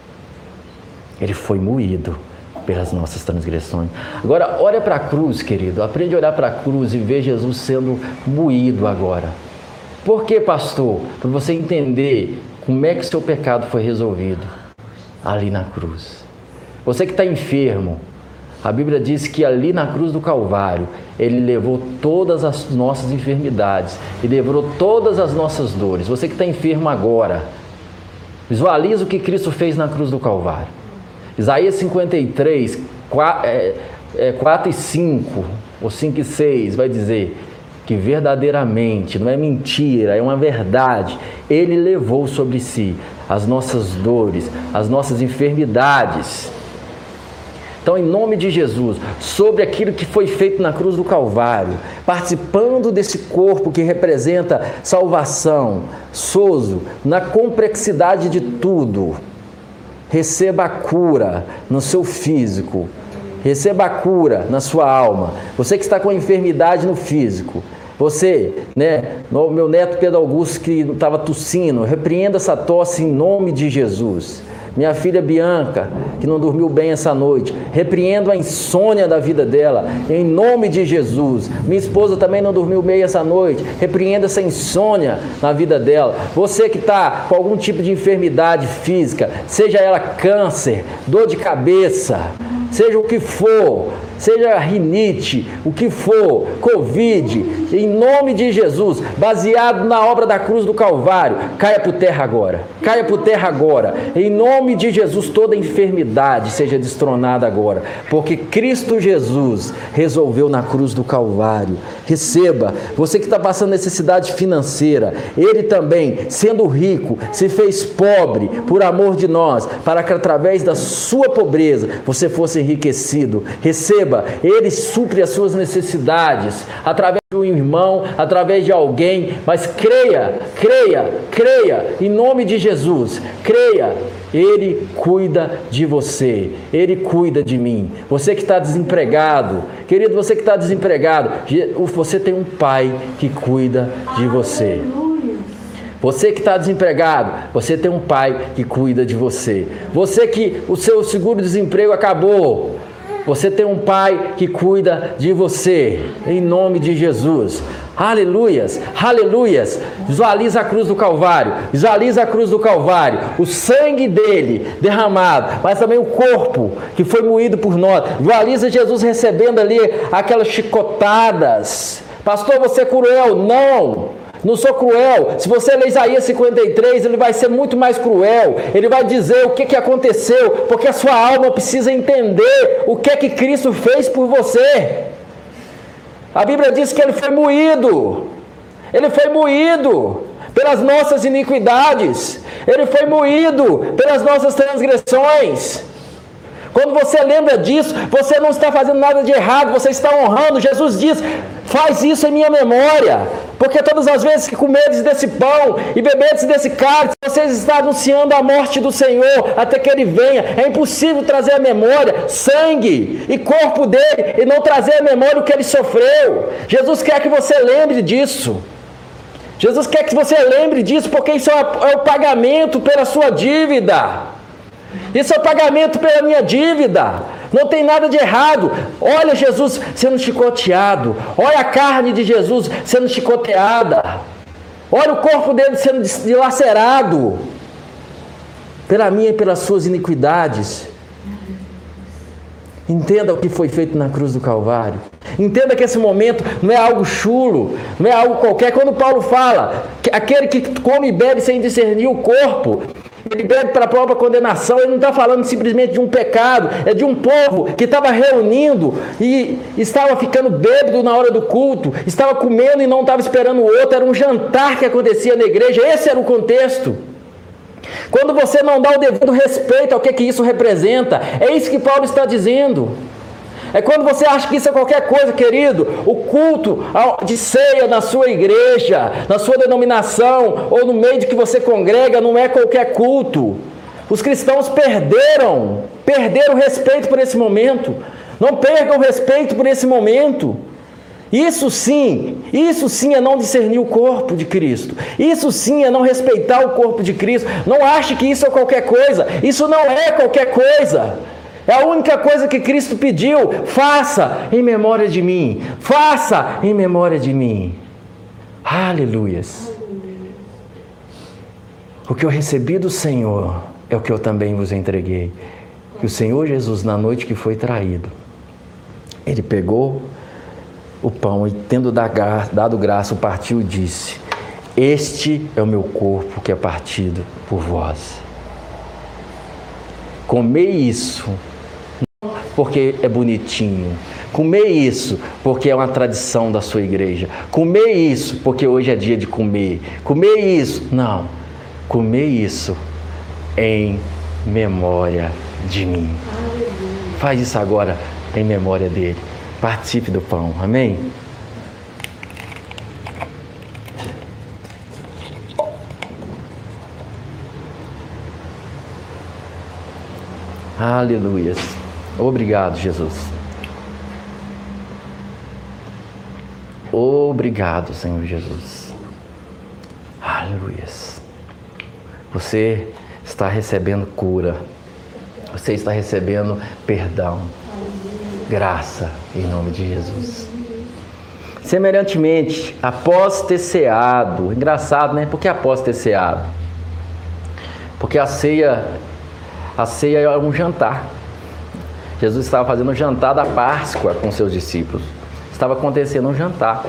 Ele foi moído pelas nossas transgressões. Agora, olha para a cruz, querido. Aprende a olhar para a cruz e ver Jesus sendo moído agora. Por quê, pastor? Para você entender como é que seu pecado foi resolvido ali na cruz. Você que está enfermo, a Bíblia diz que ali na cruz do Calvário, ele levou todas as nossas enfermidades e levou todas as nossas dores. Você que está enfermo agora, visualiza o que Cristo fez na cruz do Calvário. Isaías cinquenta e três, quatro e cinco, ou cinco e seis, vai dizer que verdadeiramente, não é mentira, é uma verdade, ele levou sobre si as nossas dores, as nossas enfermidades. Então, em nome de Jesus, sobre aquilo que foi feito na cruz do Calvário, participando desse corpo que representa salvação, sozo, na complexidade de tudo, receba a cura no seu físico, receba a cura na sua alma. Você que está com a enfermidade no físico, você, né, meu neto Pedro Augusto que estava tossindo, repreenda essa tosse em nome de Jesus. Minha filha Bianca, que não dormiu bem essa noite, repreendo a insônia da vida dela, em nome de Jesus. Minha esposa também não dormiu bem essa noite, repreenda essa insônia na vida dela. Você que está com algum tipo de enfermidade física, seja ela câncer, dor de cabeça, seja o que for, seja rinite, o que for, Covid, em nome de Jesus, baseado na obra da cruz do Calvário, caia por terra agora, caia por terra agora, em nome de Jesus, toda enfermidade seja destronada agora, porque Cristo Jesus resolveu na cruz do Calvário. Receba, você que está passando necessidade financeira, Ele também, sendo rico, se fez pobre por amor de nós, para que através da sua pobreza você fosse enriquecido. Receba, Ele supre as suas necessidades, através de um irmão, através de alguém, mas creia, creia, creia, em nome de Jesus, creia, Ele cuida de você, Ele cuida de mim. Você que está desempregado, querido, você que está desempregado, você tem um Pai que cuida de você. Você que está desempregado, você tem um Pai que cuida de você. Você que o seu seguro-desemprego acabou, você tem um Pai que cuida de você, em nome de Jesus. Aleluias, aleluias. Visualiza a cruz do Calvário, visualiza a cruz do Calvário, o sangue dele derramado, mas também o corpo que foi moído por nós. Visualiza Jesus recebendo ali aquelas chicotadas. Pastor, você é cruel? Não. Não sou cruel. Se você ler Isaías cinquenta e três, ele vai ser muito mais cruel. Ele vai dizer o que, que aconteceu, porque a sua alma precisa entender o que é que Cristo fez por você. A Bíblia diz que ele foi moído. Ele foi moído pelas nossas iniquidades. Ele foi moído pelas nossas transgressões. Quando você lembra disso, você não está fazendo nada de errado, você está honrando. Jesus diz: faz isso em minha memória, porque todas as vezes que comeres desse pão e beberes desse cálice, vocês estão anunciando a morte do Senhor até que Ele venha. É impossível trazer à memória sangue e corpo dele e não trazer à memória o que Ele sofreu. Jesus quer que você lembre disso. Jesus quer que você lembre disso, porque isso é o pagamento pela sua dívida. Isso é o pagamento pela minha dívida. Não tem nada de errado. Olha Jesus sendo chicoteado. Olha a carne de Jesus sendo chicoteada. Olha o corpo dele sendo dilacerado pela minha e pelas suas iniquidades. Entenda o que foi feito na cruz do Calvário. Entenda que esse momento não é algo chulo, não é algo qualquer. Quando Paulo fala que aquele que come e bebe sem discernir o corpo, ele bebe para a própria condenação, ele não está falando simplesmente de um pecado, é de um povo que estava reunindo e estava ficando bêbado na hora do culto, estava comendo e não estava esperando o outro, era um jantar que acontecia na igreja, esse era o contexto. Quando você não dá o devido respeito ao que, que isso representa, é isso que Paulo está dizendo. É quando você acha que isso é qualquer coisa, querido. O culto de ceia na sua igreja, na sua denominação, ou no meio de que você congrega, não é qualquer culto. Os cristãos perderam, perderam o respeito por esse momento. Não percam o respeito por esse momento. Isso sim, isso sim é não discernir o corpo de Cristo. Isso sim é não respeitar o corpo de Cristo. Não ache que isso é qualquer coisa. Isso não é qualquer coisa. É a única coisa que Cristo pediu. Faça em memória de mim. Faça em memória de mim. Aleluias. O que eu recebi do Senhor é o que eu também vos entreguei. Que o Senhor Jesus, na noite que foi traído, Ele pegou o pão e, tendo dado graça, o partiu e disse: este é o meu corpo que é partido por vós. Comei isso, não porque é bonitinho. Comei isso porque é uma tradição da sua igreja. Comei isso porque hoje é dia de comer. Comei isso. Não. Comei isso em memória de mim. Faz isso agora em memória dele. Participe do pão. Amém? Aleluias. Obrigado, Jesus. Obrigado, Senhor Jesus. Aleluias. Você está recebendo cura. Você está recebendo perdão. Graça, em nome de Jesus. Semelhantemente, após ter ceado, engraçado, né? Por que após ter ceado? Porque a ceia, a ceia é um jantar. Jesus estava fazendo um jantar da Páscoa com seus discípulos. Estava acontecendo um jantar.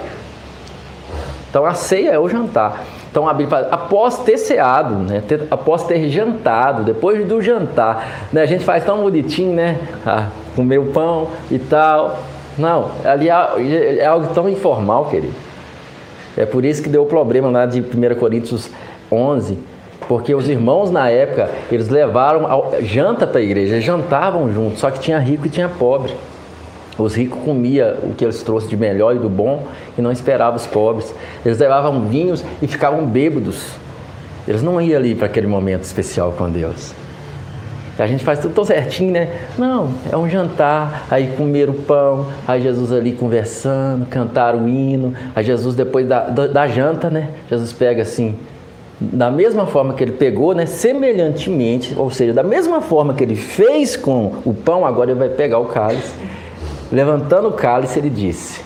Então a ceia é o jantar. Então a Bíblia fala, após ter ceado, né? ter, após ter jantado, depois do jantar, né? A gente faz tão bonitinho, né? Ah, comer o pão e tal. Não, ali é, é algo tão informal, querido. É por isso que deu o problema lá de primeira Coríntios onze, porque os irmãos na época, eles levaram a janta para a igreja, eles jantavam juntos, só que tinha rico e tinha pobre. Os ricos comiam o que eles trouxeram de melhor e do bom e não esperavam os pobres. Eles levavam vinhos e ficavam bêbados. Eles não iam ali para aquele momento especial com Deus. A gente faz tudo tão certinho, né? Não, é um jantar, aí comeram o pão, aí Jesus ali conversando, cantaram o hino, aí Jesus depois da, da, da janta, né? Jesus pega assim, da mesma forma que ele pegou, né? Semelhantemente, ou seja, da mesma forma que ele fez com o pão, agora ele vai pegar o cálice. Levantando o cálice, ele disse: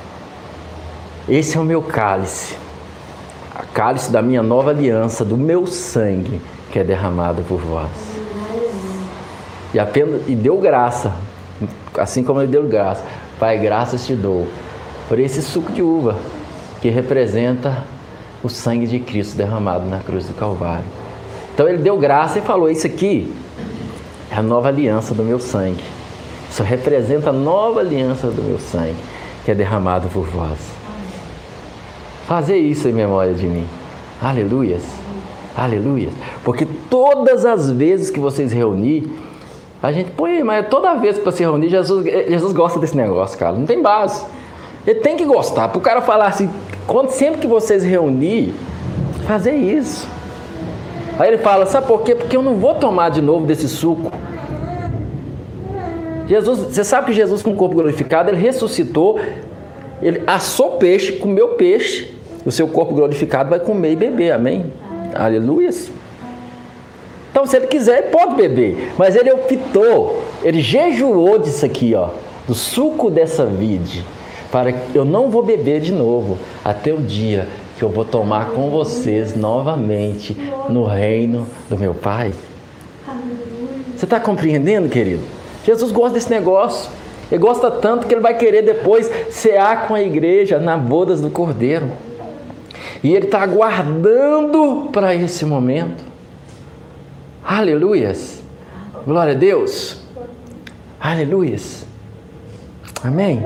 esse é o meu cálice, a cálice da minha nova aliança, do meu sangue, que é derramado por vós. E, apenas, e deu graça, assim como ele deu graça. Pai, graças te dou por esse suco de uva, que representa o sangue de Cristo derramado na cruz do Calvário. Então ele deu graça e falou: isso aqui é a nova aliança do meu sangue. Isso representa a nova aliança do meu sangue, que é derramado por vós. Fazer isso em memória de mim. Aleluias. Aleluias. Porque todas as vezes que vocês reunir, a gente põe, mas toda vez para se reunir, Jesus, Jesus gosta desse negócio, cara. Não tem base. Ele tem que gostar. Para o cara falar assim, quando, sempre que vocês reunir, fazer isso. Aí ele fala, sabe por quê? Porque eu não vou tomar de novo desse suco. Jesus, você sabe que Jesus, com o corpo glorificado, ele ressuscitou, ele assou peixe, comeu peixe, o seu corpo glorificado vai comer e beber, amém? Aleluia. Então Então, se ele quiser, ele pode beber. Mas ele optou, ele jejuou disso aqui, ó, do suco dessa vide, para que eu não vou beber de novo, até o dia que eu vou tomar com vocês novamente no reino do meu Pai. Você está compreendendo, querido? Jesus gosta desse negócio. Ele gosta tanto que ele vai querer depois cear com a igreja na bodas do Cordeiro. E ele está aguardando para esse momento. Aleluias. Glória a Deus. Aleluias. Amém.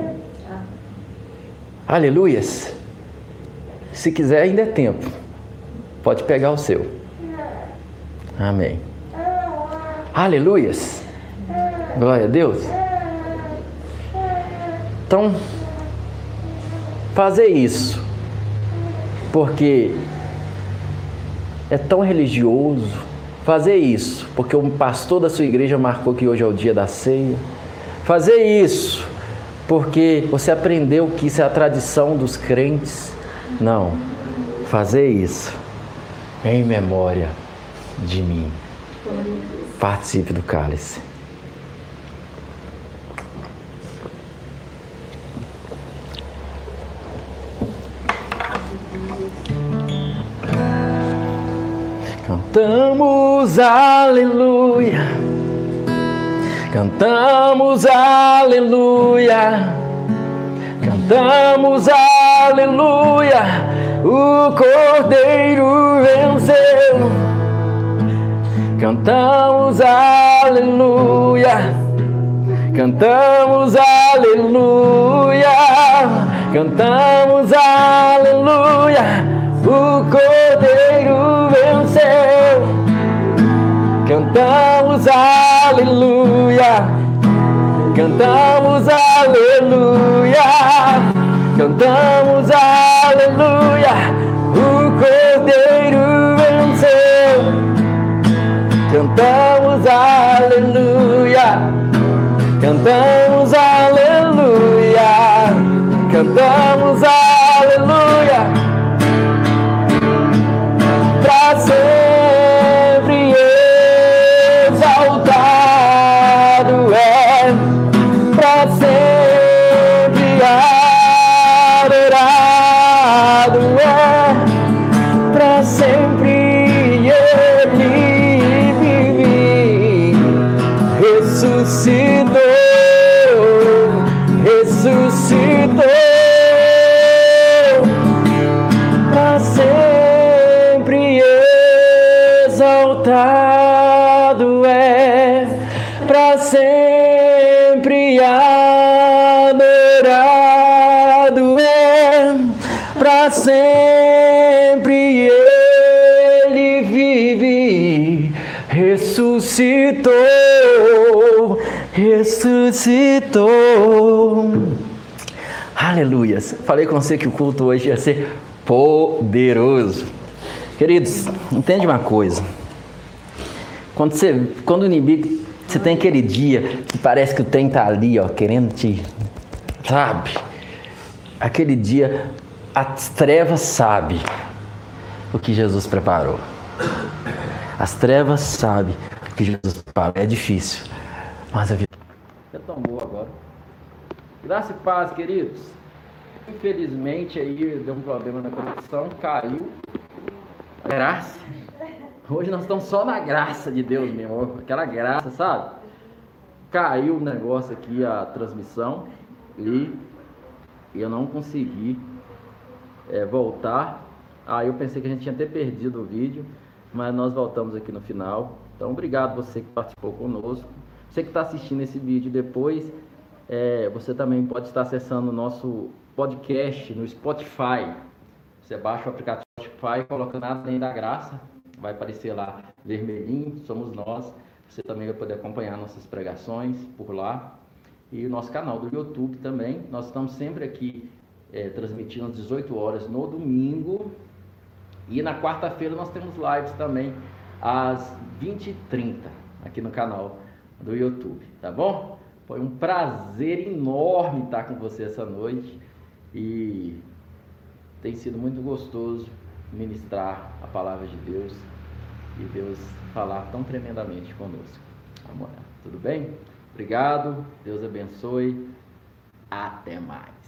Aleluias. Se quiser, ainda é tempo. Pode pegar o seu. Amém. Aleluias. Glória a Deus. Então, fazer isso, porque é tão religioso, fazer isso, porque o pastor da sua igreja marcou que hoje é o dia da ceia, fazer isso, porque você aprendeu que isso é a tradição dos crentes, não, fazer isso em memória de mim. Participe do cálice. Cantamos aleluia, cantamos aleluia, cantamos aleluia, o Cordeiro venceu. Cantamos aleluia, cantamos aleluia, cantamos aleluia, o Cordeiro venceu. Cantamos aleluia, cantamos aleluia, cantamos aleluia, o Cordeiro venceu. Cantamos aleluia, cantamos aleluia, cantamos aleluia, pra sempre exaltado é, pra sempre adorado é, pra sempre ele vive, ressuscitou, ressuscitou, pra sempre exaltado é, pra sempre adorado é, pra sempre ele vive, ressuscitou, ressuscitou. Aleluia. Falei com você que o culto hoje ia ser poderoso. Queridos, entende uma coisa. Quando, você, quando o inimigo, você tem aquele dia que parece que o trem está ali, ó, querendo te, sabe? Aquele dia, as trevas sabem o que Jesus preparou. As trevas sabem o que Jesus preparou. É difícil, mas a vida é tão boa agora. Graça e paz, queridos. Infelizmente aí deu um problema na conexão, caiu. Graça. Hoje nós estamos só na graça de Deus mesmo, aquela graça, sabe? Caiu o negócio aqui, a transmissão, e eu não consegui é, voltar. Aí eu pensei que a gente tinha até perdido o vídeo, mas nós voltamos aqui no final. Então, obrigado você que participou conosco. Você que está assistindo esse vídeo depois, é, você também pode estar acessando o nosso podcast no Spotify. Você baixa o aplicativo Spotify, coloca Nada Além da Graça, vai aparecer lá vermelhinho, somos nós. Você também vai poder acompanhar nossas pregações por lá. E o nosso canal do YouTube também. Nós estamos sempre aqui é, transmitindo às dezoito horas no domingo. E na quarta-feira nós temos lives também às vinte e trinta aqui no canal do YouTube, tá bom? Foi um prazer enorme estar com você essa noite e tem sido muito gostoso ministrar a palavra de Deus e Deus falar tão tremendamente conosco. Vamos lá. Tudo bem? Obrigado, Deus abençoe. Até mais.